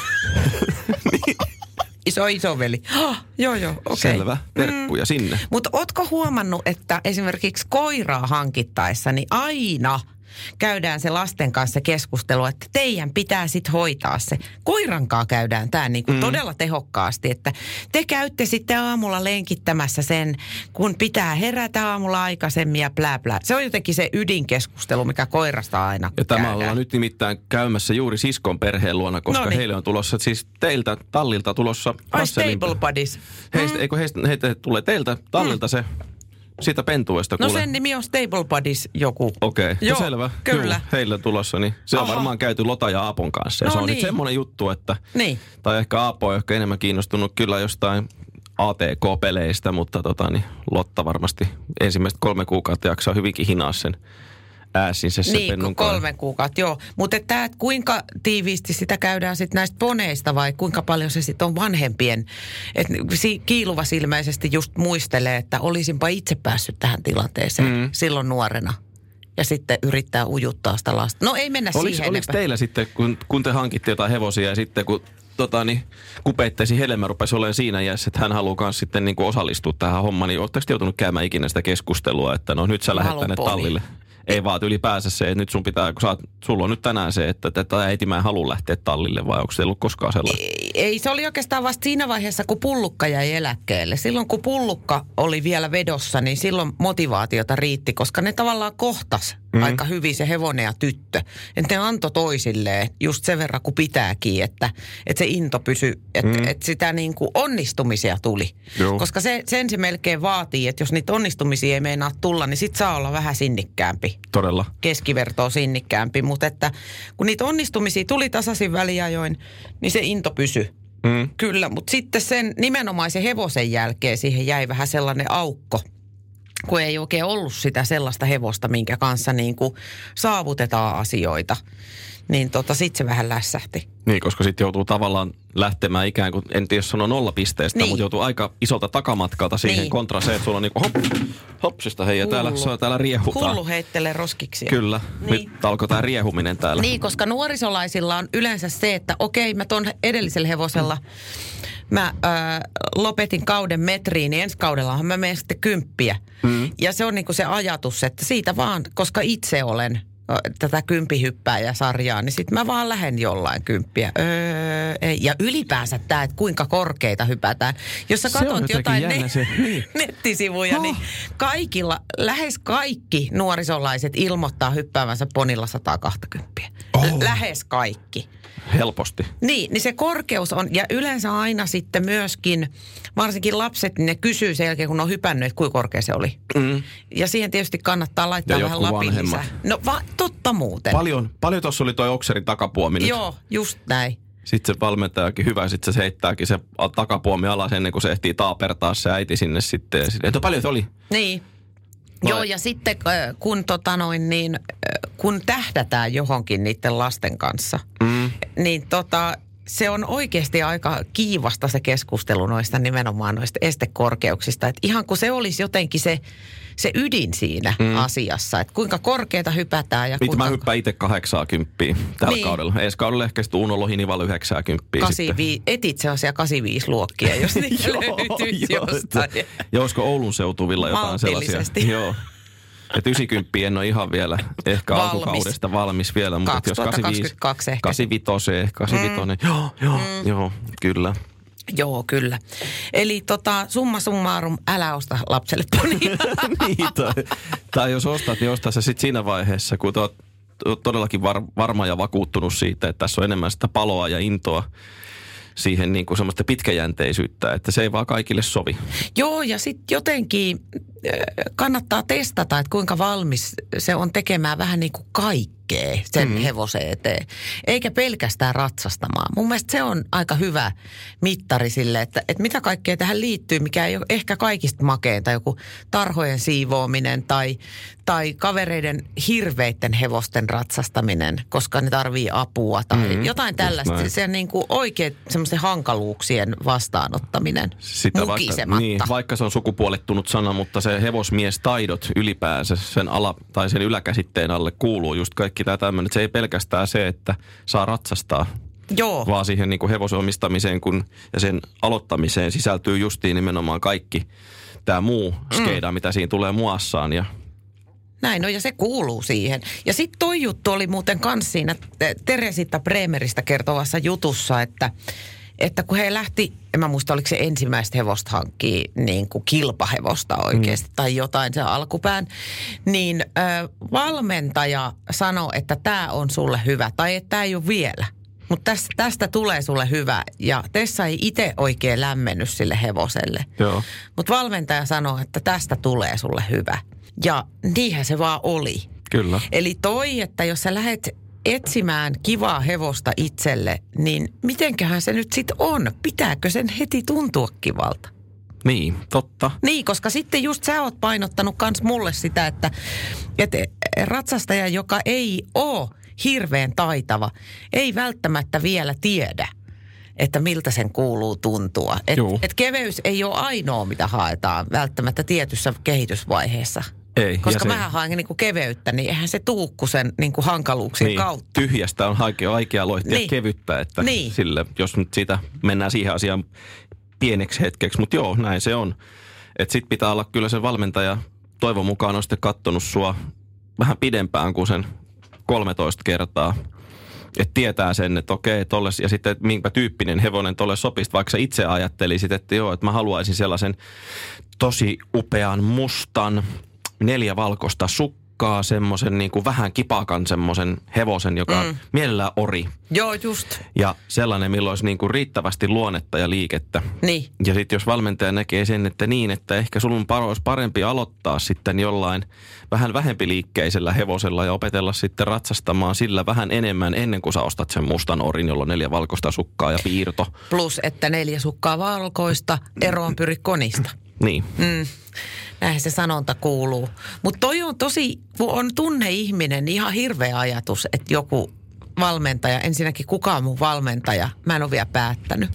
Niin. Iso isoveli. Oh, joo, joo, okei. Okay. Selvä, terkkuja mm. sinne. Mutta ootko huomannut, että esimerkiksi koiraa hankittaessa, niin aina käydään se lasten kanssa keskustelu, että teidän pitää sitten hoitaa se. Koirankaa käydään tämä niinku mm. todella tehokkaasti, että te käytte sitten aamulla lenkittämässä sen, kun pitää herätä aamulla aikaisemmin ja blää blää. Se on jotenkin se ydinkeskustelu, mikä koirasta aina ja käydään. Tämä ollaan nyt nimittäin käymässä juuri siskon perheen luona, koska Noniin. heille on tulossa, siis teiltä tallilta tulossa... Ai stable buddies. Heistä, mm. eikö heistä, heitä tulee teiltä tallilta mm. se... Siitä pentuesta kuule. No sen nimi on Stable Buddies joku. Okei, okay. No selvä. Kyllä. Juu, heillä tulossa, niin se Aha. on varmaan käyty Lota ja Aapon kanssa. Ja no se on niin. nyt semmoinen juttu, että... Niin. Tai ehkä Aapo on ehkä enemmän kiinnostunut kyllä jostain A T K-peleistä, mutta tota niin, Lotta varmasti ensimmäiset kolme kuukautta jaksaa hyvinkin hinaa sen ääsinsä se niin, pennun kolme kuukautta, joo. Mutta että kuinka tiiviisti sitä käydään sitten näistä poneista vai kuinka paljon se sitten on vanhempien? Että kiiluva ilmeisesti just muistelee, että olisinpa itse päässyt tähän tilanteeseen mm. silloin nuorena. Ja sitten yrittää ujuttaa sitä lasta. No ei mennä oliko, siihen. Oliko teillä sitten, kun, kun te hankitte jotain hevosia ja sitten kun tota, niin, kupeitteisi Helma rupesi olemaan siinä iässä, että hän haluaa myös sitten niin kuin osallistua tähän hommaan. Niin oletteko te joutunut käymään ikinä sitä keskustelua, että no nyt sä lähdet tänne tallille? Ei vaan ylipäänsä se, että nyt sun pitää, kun sä, sulla on nyt tänään se, että tätä äiti mä en halua lähteä tallille, vai onko se ollut koskaan sellaista? Ei, ei, se oli oikeastaan vasta siinä vaiheessa, kun Pullukka jäi eläkkeelle. Silloin kun Pullukka oli vielä vedossa, niin silloin motivaatiota riitti, koska ne tavallaan kohtas mm. aika hyvin se hevonen ja tyttö. Että ne antoi toisilleen just sen verran, kun pitääkin, että, että se into pysyi, että, mm. että sitä niin kuin onnistumisia tuli. Joo. Koska se, sen se melkein vaatii, että jos niitä onnistumisia ei meinaa tulla, niin sit saa olla vähän sinnikkäämpi. Todella. Keskivertoa sinnikkäämpi, mutta että kun niitä onnistumisia tuli tasaisin väliajoin, niin se into pysyi. Mm. Kyllä, mutta sitten sen nimenomaisen hevosen jälkeen siihen jäi vähän sellainen aukko, kun ei oikein ollut sitä sellaista hevosta, minkä kanssa niin kuin saavutetaan asioita. Niin tota, sit se vähän lässähti. Niin, koska sitten joutuu tavallaan lähtemään ikään kuin, en tiedä sanoa nollapisteestä, niin. mutta joutuu aika isolta takamatkalta siihen niin. kontra se, että sulla on niin kuin hop, hopsista hei, ja täällä, täällä riehutaan. Hullu heittelee roskiksi. Kyllä, niin. Nyt alkoi tämä riehuminen täällä. Niin, koska nuorisolaisilla on yleensä se, että okei, mä ton edellisellä hevosella, mä ää, lopetin kauden metriin, niin ensi kaudellahan mä menen sitten kymppiä. Mm. Ja se on niin kuin se ajatus, että siitä vaan, koska itse olen tätä kympihyppääjä-sarjaa, niin sitten mä vaan lähden jollain kymppiä. Öö, ei. Ja ylipäänsä tämä, että kuinka korkeita hypätään. Jos sä katsot jotain ne, nettisivuja, oh. niin kaikilla, lähes kaikki nuorisolaiset ilmoittaa hyppäävänsä ponilla sata kaksikymmentä. Oh. Lähes kaikki. Helposti. Niin, niin se korkeus on, ja yleensä aina sitten myöskin, varsinkin lapset, niin ne kysyy sen jälkeen, kun ne on hypännyt, että kuinka korkea se oli. Mm. Ja siihen tietysti kannattaa laittaa ja vähän lapin lisää. No va, totta muuten. Paljon, paljon tuossa oli toi okserin takapuomi nyt. Joo, just näin. Sitten se valmentajakin hyvä, sitten se heittääkin se takapuomi alas ennen kuin se ehtii taapertaa se äiti sinne sitten. Että paljon se oli. Niin. Vai? Joo, ja sitten kun, tota noin, niin, kun tähdätään johonkin niiden lasten kanssa, mm. niin tota, se on oikeasti aika kiivasta se keskustelu noista nimenomaan noista estekorkeuksista. Että ihan kun se olisi jotenkin se, se ydin siinä mm. asiassa, että kuinka korkeata hypätään. Ja Mitä kuinka... mä hyppään itse kahdeksankymmentä tällä niin. kaudella. Ensi kaudella ehkä sitten Uno Lohinivalla yhdeksänkymmentä sitten. Etit sellaisia kahdeksankymmentäviisi luokkia, jos niitä löytyisi jostain. Ja olisiko Oulun seutuvilla jotain sellaisia? Joo. Että yhdeksänkymmentä en ole ihan vielä ehkä valmis. Alkukaudesta valmis vielä. Mutta kaksituhattakaksikymmentäkaksi ehkä. kahdeksankymmentäviisi ehkä, kahdeksankymmentäviisi. Mm. Joo, joo, mm. joo, kyllä. Joo, kyllä. Eli tota, summa summarum, älä osta lapselle ponia. niin, tai, tai jos ostat, niin ostaa se sitten siinä vaiheessa, kun olet todellakin var, varma ja vakuuttunut siitä, että tässä on enemmän sitä paloa ja intoa siihen niin kuin semmoista pitkäjänteisyyttä, että se ei vaan kaikille sovi. Joo, ja sitten jotenkin kannattaa testata, että kuinka valmis se on tekemään vähän niin kuin kaikkea sen mm. hevosen eteen. Eikä pelkästään ratsastamaan. Mun mielestä se on aika hyvä mittari sille, että, että mitä kaikkea tähän liittyy, mikä ei ole ehkä kaikista makeinta. Joku tarhojen siivoaminen tai, tai kavereiden hirveitten hevosten ratsastaminen, koska ne tarvii apua tai mm. jotain tällaista. Se on niin kuin oikein semmoisten hankaluuksien vastaanottaminen sitä mukisematta. Vaikka, niin, vaikka se on sukupuolittunut sana, mutta se hevosmiestaidot ylipäänsä sen ala tai sen yläkäsitteen alle kuuluu just kaikki tämä tämmöinen. Se ei pelkästään se, että saa ratsastaa, Joo. vaan siihen niin kuin hevosen omistamiseen kun, ja sen aloittamiseen sisältyy justiin nimenomaan kaikki tämä muu skeida, mm. mitä siinä tulee muassaan. Ja näin, no ja se kuuluu siihen. Ja sitten toi juttu oli muuten kans siinä Teresita Bremeristä kertovassa jutussa, että että kun he lähti, en mä muista oliko se ensimmäistä hevosta hankkii niin kuin kilpahevosta oikeasti mm. tai jotain se alkupään, niin ö, valmentaja sanoi, että tämä on sulle hyvä tai että tämä ei ole vielä. Mutta tästä, tästä tulee sulle hyvä ja Tessa ei itse oikein lämmennyt sille hevoselle. Mutta valmentaja sanoi, että tästä tulee sulle hyvä. Ja niinhän se vaan oli. Kyllä. Eli toi, että jos sä lähet etsimään kivaa hevosta itselle, niin mitenköhän se nyt sitten on? Pitääkö sen heti tuntua kivalta? Niin, totta. Niin, koska sitten just sä oot painottanut kans mulle sitä, että, että ratsastaja, joka ei ole hirveän taitava, ei välttämättä vielä tiedä, että miltä sen kuuluu tuntua. Että et keveys ei ole ainoa, mitä haetaan välttämättä tietyssä kehitysvaiheessa. Ei. Koska se, mähän haen niin kuin keveyttä, niin eihän se tuukku sen niin kuin hankaluuksien niin, kautta. Tyhjästä on vaikea, vaikea loihtia niin. kevyttä, että niin. sille, jos nyt siitä mennään siihen asiaan pieneksi hetkeksi, mutta joo, näin se on. Että sit pitää olla kyllä se valmentaja, toivon mukaan on sitten kattonut sua vähän pidempään kuin sen kolmetoista kertaa. Että tietää sen, että okei, tolles, ja sitten että minkä tyyppinen hevonen tolle sopisi, vaikka sä itse ajattelisit, että joo, että mä haluaisin sellaisen tosi upean mustan, neljä valkoista sukkaa, semmoisen niin kuin vähän kipakan semmoisen hevosen, joka mm. on mielellään ori. Joo, just. Ja sellainen, milloin olisi niin kuin riittävästi luonnetta ja liikettä. Niin. Ja sitten jos valmentaja näkee sen, että niin, että ehkä sun olisi parempi aloittaa sitten jollain vähän vähempi liikkeisellä hevosella ja opetella sitten ratsastamaan sillä vähän enemmän ennen kuin sä ostat sen mustan orin, jolla on neljä valkoista sukkaa ja piirto. Plus, että neljä sukkaa valkoista, eroon pyri konista. Niin. Mm. Näinhän se sanonta kuuluu. Mutta toi on tosi, kun on tunneihminen, niin ihan hirveä ajatus, että joku valmentaja, ensinnäkin kuka on mun valmentaja, mä en ole vielä päättänyt.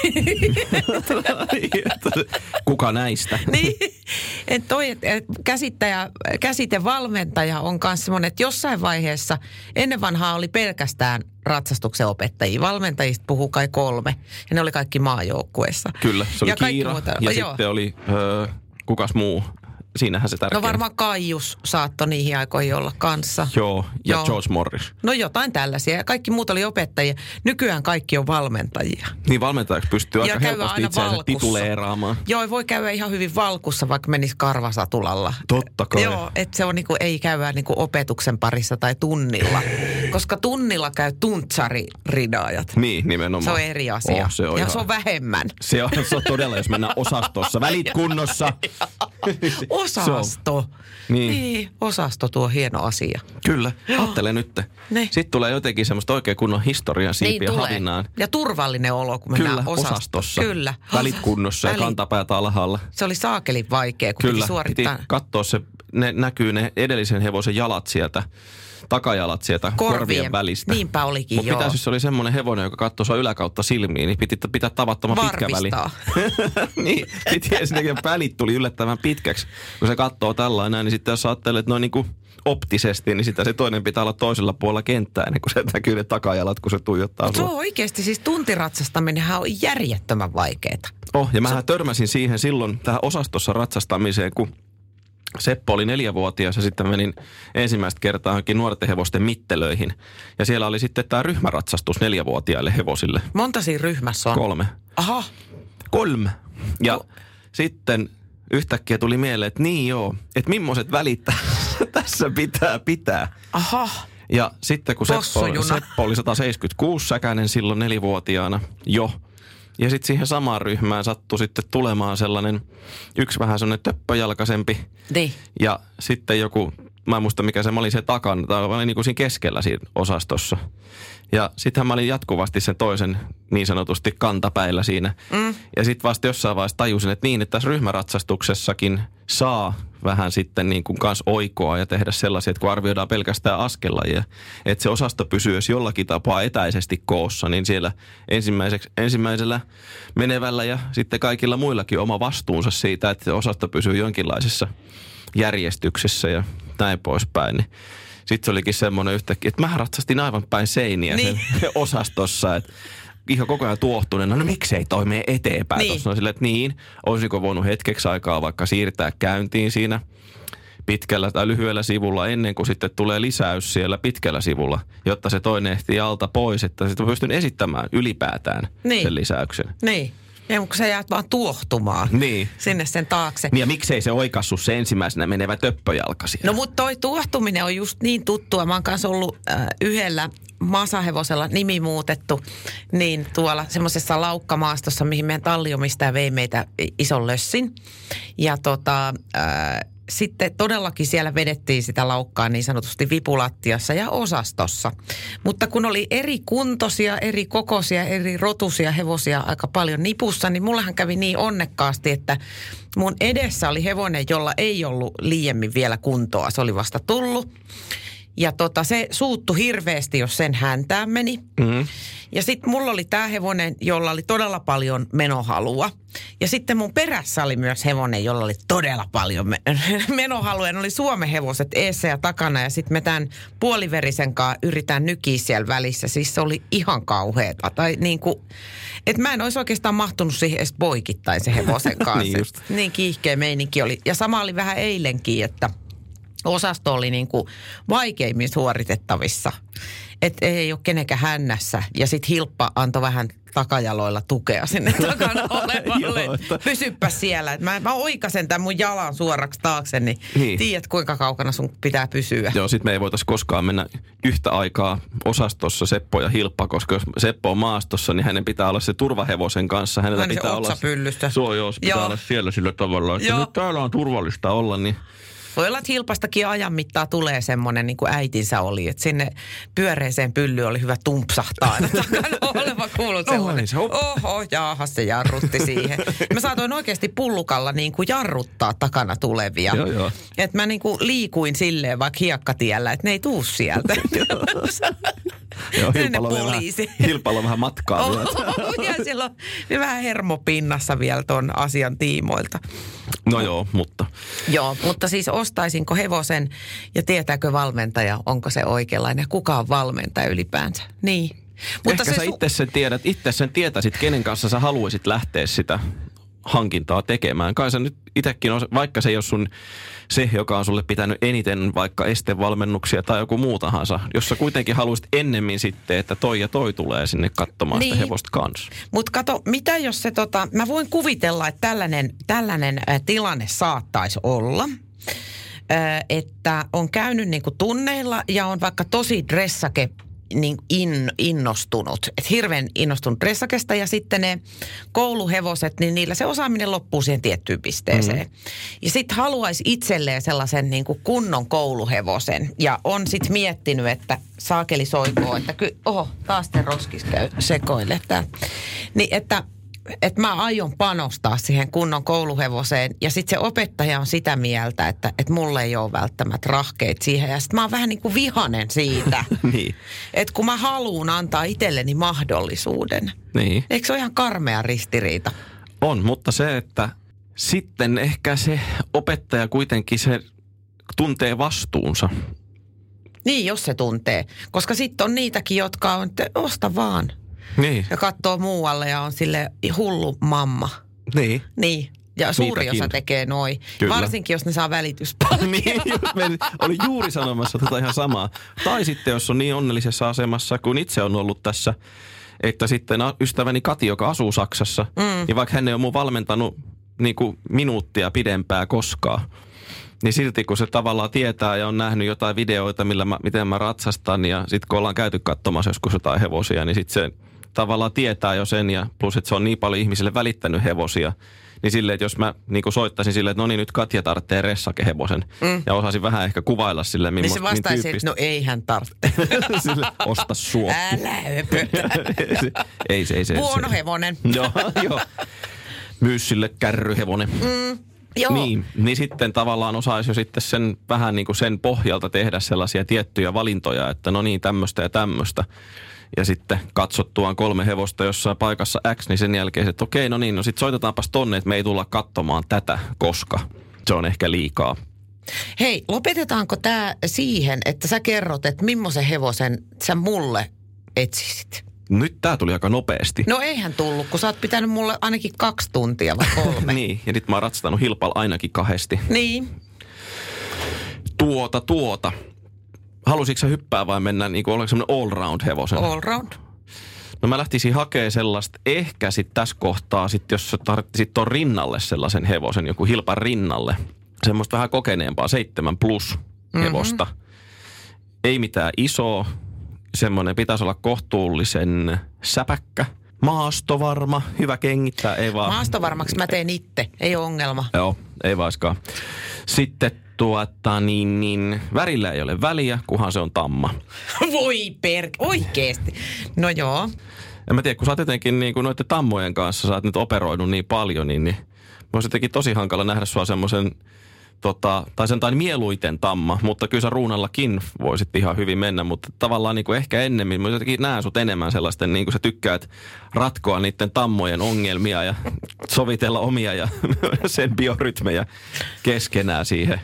Kuka näistä? Niin, että toi et käsittäjä, käsite valmentaja on myös semmoinen, että jossain vaiheessa ennen vanhaa oli pelkästään ratsastuksen opettajia. Valmentajista puhuu kai kolme ja ne oli kaikki maajoukkueessa. Kyllä, se oli ja Kiira muuta, ja joo. sitten oli öö, kukas muu. Siinähän se tärkeä. No varmaan Kaijus saattoi niihin aikoihin olla kanssa. Joo, ja Joo. George Morris. No jotain tällaisia. Ja kaikki muut oli opettajia. Nykyään kaikki on valmentajia. Niin valmentajaksi pystyy Ja aika käy helposti aina itseänsä valkussa. tituleeraamaan. Joo, voi käydä ihan hyvin valkussa, vaikka menisi karvasatulalla. Totta kai. Joo, että se on niinku, ei käydä niinku opetuksen parissa tai tunnilla. Koska tunnilla käy tuntsariridaajat. Niin, nimenomaan. Se on eri asia. Oh, se on ja ihan... se on vähemmän. Se on, se on todella, jos mennään osastossa. Välit kunnossa. Osasto. Niin. niin, osasto tuo hieno asia. Kyllä, ajattele nyt. Ne. Sitten tulee jotenkin semmoista oikein kunnon historian siipiä Niin tulee. havinaan. Ja turvallinen olo, kun mennään Kyllä, osastossa. osastossa. Kyllä. Välit kunnossa Välit. ja kantapäät alhaalla. Se oli saakelin vaikea, kun Kyllä, piti suorittaa. piti katsoa se, ne näkyy ne edellisen hevosen jalat sieltä, takajalat sieltä korvien, korvien välistä. Niinpä olikin, Mut joo. mitä jos se oli semmoinen hevonen, joka katsoi sua yläkautta silmiin, niin piti pitää tavattoman pitkä väli. Varmistaa. Niin, piti ensinnäkin välit tuli yllättävän pitkäksi. Kun se katsoo tällainen, niin sitten jos ajattelee, että noin niin kuin optisesti, niin sitä se toinen pitää olla toisella puolella kenttää, ennen kuin se näkyy ne takajalat, kun se tuijottaa Se sua. on oikeasti, siis tuntiratsastaminenhan on järjettömän vaikeaa. Oh, ja mähän törmäsin siihen silloin tähän osastossa ratsastamiseen, kun Seppo oli neljävuotias ja sitten menin ensimmäistä kertaa johonkin nuorten hevosten mittelöihin. Ja siellä oli sitten tämä ryhmäratsastus neljävuotiaille hevosille. Monta siinä ryhmässä on? Kolme. Aha. Kolme. Ja No. sitten yhtäkkiä tuli mieleen, että niin joo, että millaiset välit tässä pitää pitää. Aha. Ja sitten kun Seppo, Possujuna. Seppo oli sata seitsemänkymmentäkuusi säkäinen silloin nelivuotiaana jo. Ja sitten siihen samaan ryhmään sattui sitten tulemaan sellainen yksi vähän sellainen töppöjalkaisempi. Niin. Ja sitten joku, mä en muista mikä se, mä olin se takana, tai mä olin niin kuin siinä keskellä siinä osastossa. Ja sittenhän mä olin jatkuvasti sen toisen niin sanotusti kantapäillä siinä. Mm. Ja sitten vasta jossain vaiheessa tajusin, että niin, että tässä ryhmäratsastuksessakin saa vähän sitten niin kuin kans oikoa ja tehdä sellaisia, että kun arvioidaan pelkästään askelajia, että se osasto pysyy jos jollakin tapaa etäisesti koossa, niin siellä ensimmäisellä menevällä ja sitten kaikilla muillakin oma vastuunsa siitä, että se osasto pysyy jonkinlaisessa järjestyksessä ja näin poispäin. Niin sitten se olikin semmoinen yhtäkkiä, että mä ratsastin aivan päin seiniä niin. sen osastossa, että ihan koko ajan tuohtuneena, no miksei toi mene eteenpäin. Niin. Tuossa on silleen, että niin, olisinko voinut hetkeksi aikaa vaikka siirtää käyntiin siinä pitkällä tai lyhyellä sivulla ennen kuin sitten tulee lisäys siellä pitkällä sivulla, jotta se toinen ehtii alta pois, että sitten pystyn esittämään ylipäätään Niin. sen lisäyksen. Niin. Ja kun sä jäät vaan tuohtumaan Niin. sinne sen taakse. Niin ja miksei se oikassu se ensimmäisenä menevä töppöjalka siellä? No mutta toi tuohtuminen on just niin tuttua. Mä oon kanssa ollut äh, yhdellä masahevosella nimi muutettu, niin tuolla semmoisessa laukkamaastossa, mihin meidän talliomistaja vei meitä ison lössin. Ja tota, äh, sitten todellakin siellä vedettiin sitä laukkaa niin sanotusti vipulattiassa ja osastossa. Mutta kun oli eri kuntoisia, eri kokoisia, eri rotuisia hevosia aika paljon nipussa, niin mullehan kävi niin onnekkaasti, että mun edessä oli hevonen, jolla ei ollut liiemmin vielä kuntoa. Se oli vasta tullut. Ja tota, se suuttu hirveästi, jos sen häntään meni. Mm. Ja sitten mulla oli tämä hevonen, jolla oli todella paljon menohalua. Ja sitten mun perässä oli myös hevonen, jolla oli todella paljon menohaluja. Ne oli Suomen hevoset eessä ja takana ja sitten me tämän puoliverisen kanssa yritän nykiä siellä välissä. Siis se oli ihan kauheeta. Tai niin kuin, että mä en olisi oikeastaan mahtunut siihen edes poikittain se hevosen kanssa. niin, just. niin kiihkeä meininki oli. Ja sama oli vähän eilenkin, että osasto oli niin kuin vaikeimmin suoritettavissa. Että ei ole kenenkään hännässä. Ja sitten Hilppa antoi vähän takajaloilla tukea sinne takana olevalle. Pysyppä siellä. Et mä, mä oikasen tämän mun jalan suoraksi taakse, niin, niin. tiedät kuinka kaukana sun pitää pysyä. Joo, sit me ei voitaisi koskaan mennä yhtä aikaa osastossa Seppo ja Hilppa, koska jos Seppo on maastossa, niin hänen pitää olla se turvahevosen kanssa. Hänellä Hänen pitää se olla otsapyllystä. Suo, joo, pitää joo. olla siellä sillä tavalla, että joo. nyt täällä on turvallista olla, niin voi olla, että Hilpastakin ajan mittaa tulee semmoinen, niin kuin äitinsä oli, että sinne pyöreeseen pyllyyn oli hyvä tumpsahtaa aina takana oleva kuullut sellainen. Oho, jaahas se jarrutti siihen. Mä saatoin oikeasti pullukalla niin kuin jarruttaa takana tulevia. Joo, joo. Että mä niin kuin liikuin silleen vaikka hiekkatiellä, että ne ei tuu sieltä. Joo, Hilpalla on, vähän, Hilpalla on vähän matkaa. Oh, ja siellä on vähän hermopinnassa vielä ton asian tiimoilta. No joo, mutta. Joo, mutta siis ostaisinko hevosen ja tietääkö valmentaja, onko se oikeanlainen? Kuka on valmentaja ylipäänsä? Niin. Mutta ehkä sä su- itse sen tiedät, itse sen tietäisit, kenen kanssa sä haluaisit lähteä sitä hankintaa tekemään. Kai sä nyt itsekin, vaikka se ei ole sun se, joka on sulle pitänyt eniten vaikka estevalmennuksia tai joku muu tahansa, jos sä kuitenkin haluaisit ennemmin sitten, että toi ja toi tulee sinne katsomaan niin. sitä hevosta kanssa. Mutta kato, mitä jos se tota, mä voin kuvitella, että tällainen, tällainen ä, tilanne saattaisi olla, ä, että on käynyt niinku tunneilla ja on vaikka tosi dressake niin in, innostunut, että hirveän innostunut dressakesta ja sitten ne kouluhevoset, niin niillä se osaaminen loppuu siihen tiettyyn pisteeseen. Mm-hmm. Ja sitten haluaisi itselleen sellaisen niin kuin kunnon kouluhevosen ja on sitten miettinyt, että saakeli soikoo, että ky, oho, taas te roskis käy sekoille tää. Niin että että mä aion panostaa siihen kunnon kouluhevoseen ja sitten se opettaja on sitä mieltä, että, että mulle ei ole välttämättä rahkeet siihen ja sitten mä oon vähän niin kuin vihanen siitä, niin. että kun mä haluun antaa itselleni mahdollisuuden. Niin. Eikö se ole ihan karmea ristiriita? On, mutta se, että sitten ehkä se opettaja kuitenkin se tuntee vastuunsa. Niin, jos se tuntee, koska sitten on niitäkin, jotka on, että osta vaan. Niin. Ja katsoo muualle ja on sille hullu mamma. Niin. Niin. Ja suuri Niitäkin. Osa tekee noin. Kyllä. Varsinkin, jos ne saa välityspalkkion. niin, oli juuri sanomassa tätä ihan samaa. Tai sitten, jos on niin onnellisessa asemassa kuin itse on ollut tässä, että sitten ystäväni Kati, joka asuu Saksassa, mm. niin vaikka hän ei ole mun valmentanut niin kuin minuuttia pidempää koskaan, niin silti kun se tavallaan tietää ja on nähnyt jotain videoita, millä mä, miten mä ratsastan ja sitten kun ollaan käyty katsomassa joskus jotain hevosia, niin sitten se tavallaan tietää jo sen ja plus, että se on niin paljon ihmisille välittänyt hevosia, niin silleen, että jos mä niin kuin soittaisin silleen, että no niin nyt Katja tarvitsee ressakehevosen mm. ja osaisin vähän ehkä kuvailla silleen, millaista niin se vastaisi, että no ei hän tarvitse. Sille, osta suoppi. Älä höpötä. ei se, ei se. Huono hevonen. joo, joo. Myy sille kärryhevonen. Mm. Joo. Niin, niin sitten tavallaan osaisi jo sitten sen vähän niin kuin sen pohjalta tehdä sellaisia tiettyjä valintoja, että no niin tämmöistä ja tämmöistä. Ja sitten katsottuaan kolme hevosta jossain paikassa X, niin sen jälkeen, että okei, no niin, no sitten soitetaanpas tonne, että me ei tulla katsomaan tätä, koska se on ehkä liikaa. Hei, lopetetaanko tämä siihen, että sä kerrot, että millaisen hevosen sä mulle etsisit? Nyt tää tuli aika nopeasti. No eihän tullut, kun sä oot pitänyt mulle ainakin kaksi tuntia vai kolme. niin, ja nyt mä oon ratsastanut Hilpalla ainakin kahdesti. Niin. Tuota, tuota. Halusitko sä hyppää vai mennä, niin kuin ollaanko semmoinen all-round-hevosen? All-round. No mä lähtisin hakemaan sellaista, ehkä sitten tässä kohtaa, sit jos sä tarvitsisit ton rinnalle sellaisen hevosen, joku Hilpan rinnalle. Semmoista vähän kokeneempaa, seitsemän plus hevosta. Mm-hmm. Ei mitään isoa. Semmoinen pitäisi olla kohtuullisen säpäkkä. Maastovarma, hyvä kengittää, ei vaan. Maastovarmaksi mä teen itse, ei ole ongelma. Joo, ei vaiskaan. Sitten tuota niin, niin värillä ei ole väliä, kunhan se on tamma. Voi per, oikeesti. No joo. En mä tiedä, kun sä oot jotenkin niin kuin noiden tammojen kanssa, sä oot nyt operoinut niin paljon, niin, niin olisi jotenkin tosi hankala nähdä sua semmoisen tota, tai sen tain mieluiten tamma, mutta kyllä sä Ruunallakin voisit ihan hyvin mennä, mutta tavallaan niin kuin ehkä ennemmin, mä jotenkin näen sut enemmän sellaisten, niin kuin sä tykkäät ratkoa niiden tammojen ongelmia ja sovitella omia ja sen biorytmejä keskenään siihen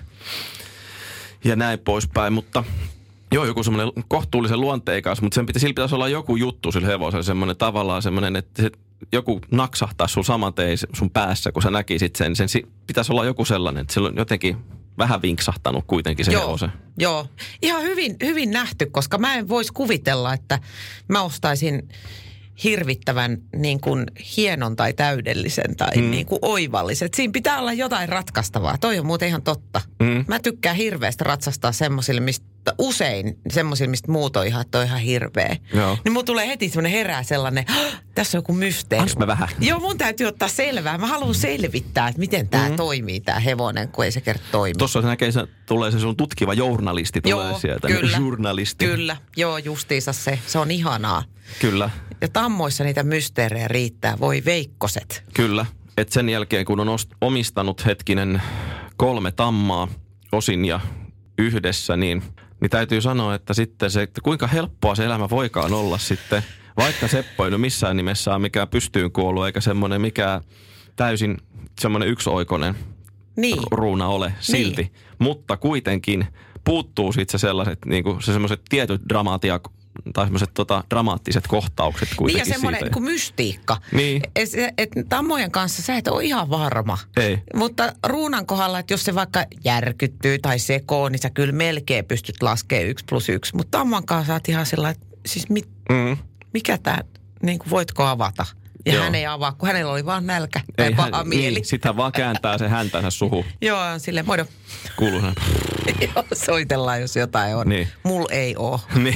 ja näin poispäin, mutta joo, joku semmoinen kohtuullisen luonteikas, mutta sen pitä, sillä pitäisi olla joku juttu sillä hevosella, semmoinen tavallaan semmoinen, että se, joku naksahtaa sun saman tein sun päässä, kun sä näkisit sen. Sen si, pitäisi olla joku sellainen, että sillä on jotenkin vähän vinksahtanut kuitenkin se joo, hevosen. Joo, ihan hyvin, hyvin nähty, koska mä en voisi kuvitella, että mä ostaisin hirvittävän niin kuin hienon tai täydellisen tai mm. niin kuin oivallisen. Siinä pitää olla jotain ratkaistavaa. Toi on muuten ihan totta. Mm. Mä tykkään hirveästi ratsastaa semmoisille, mistä usein semmoisille, mistä muut on ihan, että on ihan hirveä. Joo. Niin mun tulee heti semmoinen herää sellainen, tässä on joku mysteeri. Ans mä vähän. Joo, mun täytyy ottaa selvää. Mä haluan selvittää, että miten tää mm. toimii, tää hevonen, kun ei se kerta toimi. Tuossa näkee, se tulee se sun tutkiva journalisti tulee joo, sieltä. Kyllä, journalisti. Kyllä, joo, justiinsa se. Se on ihanaa. Kyllä. Ja tammoissa niitä mysteerejä riittää, voi veikkoset. Kyllä, että sen jälkeen kun on omistanut hetkinen kolme tammaa osin ja yhdessä, niin, niin täytyy sanoa, että sitten se, että kuinka helppoa se elämä voikaan olla sitten, vaikka Seppo ei ole missään nimessä ole mikään pystyyn kuollut, eikä semmoinen mikään täysin semmoinen yksioikoinen niin. ruuna ole silti. Niin. Mutta kuitenkin puuttuu sitten se sellaiset, niin kuin se semmoiset tietyt dramaatia tai semmoiset tota, dramaattiset kohtaukset kuitenkin niin ja semmoinen niin kuin mystiikka. Niin. Et, et tammojen kanssa sä et ole ihan varma. Ei. Mutta ruunan kohdalla, että jos se vaikka järkyttyy tai sekoo, niin sä kyllä melkein pystyt laskemaan yksi plus yksi. Mutta tamman kanssa sä oot ihan sellainen, että siis mit, mm. mikä tää, niin kuin voitko avata? Ja joo. Hän ei avaa, kun hänellä oli vaan nälkä tai ei, paha hän, mieli. Niin, sitten hän vaan kääntää se häntänsä suhu. Joo, silleen moido. Kuuluu hän. Joo, soitellaan, jos jotain on. Niin. Mul ei oo. Niin,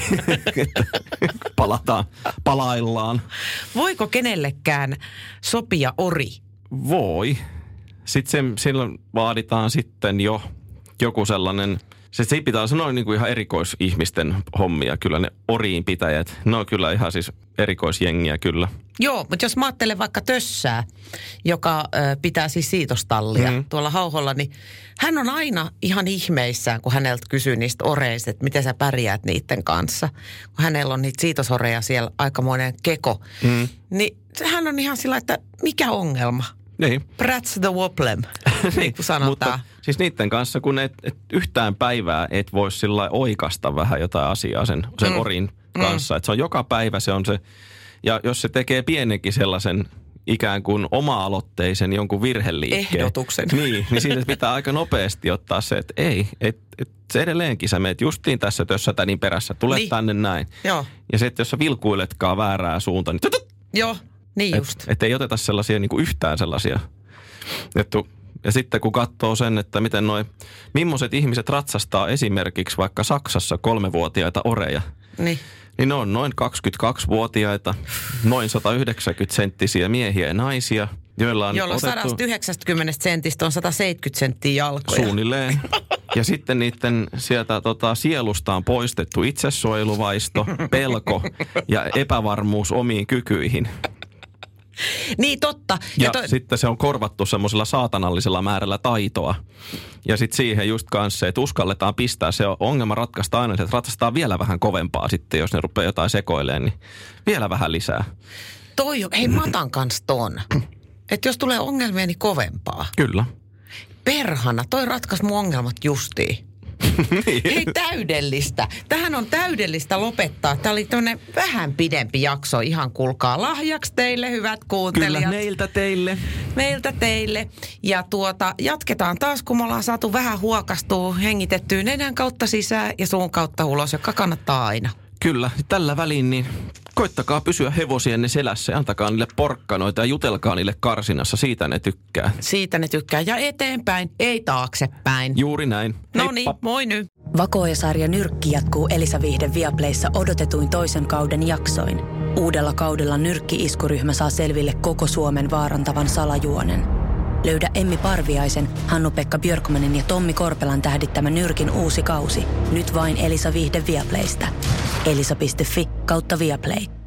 palataan, palaillaan. Voiko kenellekään sopia ori? Voi. Sitten sen, silloin vaaditaan sitten jo joku sellainen, se, se pitää olla niin kuin ihan erikoisihmisten hommia, kyllä ne oriinpitäjät. Ne on kyllä ihan siis erikoisjengiä kyllä. Joo, mutta jos mä ajattelen vaikka Tössää, joka ö, pitää siis siitostallia mm. tuolla Hauholla, niin hän on aina ihan ihmeissään, kun häneltä kysyy niistä oreista, että miten sä pärjäät niiden kanssa. Kun hänellä on niitä siitosoreja siellä aikamoinen keko, mm. niin hän on ihan sillä, että mikä ongelma? Niin. That's the problem, niin kuin sanotaan. Mutta siis niiden kanssa, kun et, et yhtään päivää et voi sillä oikasta vähän jotain asiaa sen, sen mm. orin kanssa. Mm. Että se on joka päivä, se on se, ja jos se tekee pienenkin sellaisen ikään kuin oma-aloitteisen jonkun virheliikkeen. Ehdotuksen. Niin, niin siitä pitää aika nopeasti ottaa se, että ei, että et se edelleenkin sä meet justiin tässä tössätä niin perässä, tule niin. tänne näin. Joo. Ja sitten jos sä vilkuiletkaan väärää suuntaan, niin tutut! Joo. Niin just. Että et ei oteta sellaisia niin kuin yhtään sellaisia. Et, ja sitten kun katsoo sen, että miten noi, millaiset ihmiset ratsastaa esimerkiksi vaikka Saksassa kolmevuotiaita oreja. Niin. Niin ne on noin kaksikymmentäkaksivuotiaita, noin sata yhdeksänkymmentä senttisiä miehiä ja naisia, joilla on Jolla otettu sata yhdeksänkymmentä sentistä on sata seitsemänkymmentä senttiä jalkoja. Suunnilleen. Ja sitten niiden sieltä tota, sielusta on poistettu itsesuojeluvaisto, pelko ja epävarmuus omiin kykyihin. Niin, totta. Ja, ja to... sitten se on korvattu semmoisella saatanallisella määrällä taitoa. Ja sitten siihen just kanssa se, että uskalletaan pistää. Se ongelma ratkaista aina, että ratsastaa vielä vähän kovempaa sitten, jos ne rupeaa jotain sekoilemaan, niin vielä vähän lisää. Toi on, hei matan kanssa ton. Että jos tulee ongelmia, niin kovempaa. Kyllä. Perhana, toi ratkaisi mun ongelmat justiin. Niin. Ei täydellistä. Tähän on täydellistä lopettaa. Tämä oli tämmöinen vähän pidempi jakso. Ihan kuulkaa lahjaksi teille, hyvät kuuntelijat. Kyllä, meiltä teille. Meiltä teille. Ja tuota, jatketaan taas, kun me ollaan saatu vähän huokastua, hengitettyä nenän kautta sisään ja suun kautta ulos, joka kannattaa aina. Kyllä, tällä väliin niin koittakaa pysyä hevosienne selässä ja antakaa niille porkkanoita ja jutelkaa niille karsinassa. Siitä ne tykkää. Siitä ne tykkää. Ja eteenpäin, ei taaksepäin. Juuri näin. No niin, moi nyt. Vakooja-sarja Nyrkki jatkuu Elisa Viihde Viaplayssa odotetuin toisen kauden jaksoin. Uudella kaudella Nyrkki-iskuryhmä saa selville koko Suomen vaarantavan salajuonen. Löydä Emmi Parviaisen, Hannu-Pekka Björkmanin ja Tommi Korpelan tähdittämä Nyrkin uusi kausi. Nyt vain Elisa Viihde Viaplaysta. elisa piste fi kautta Viaplay.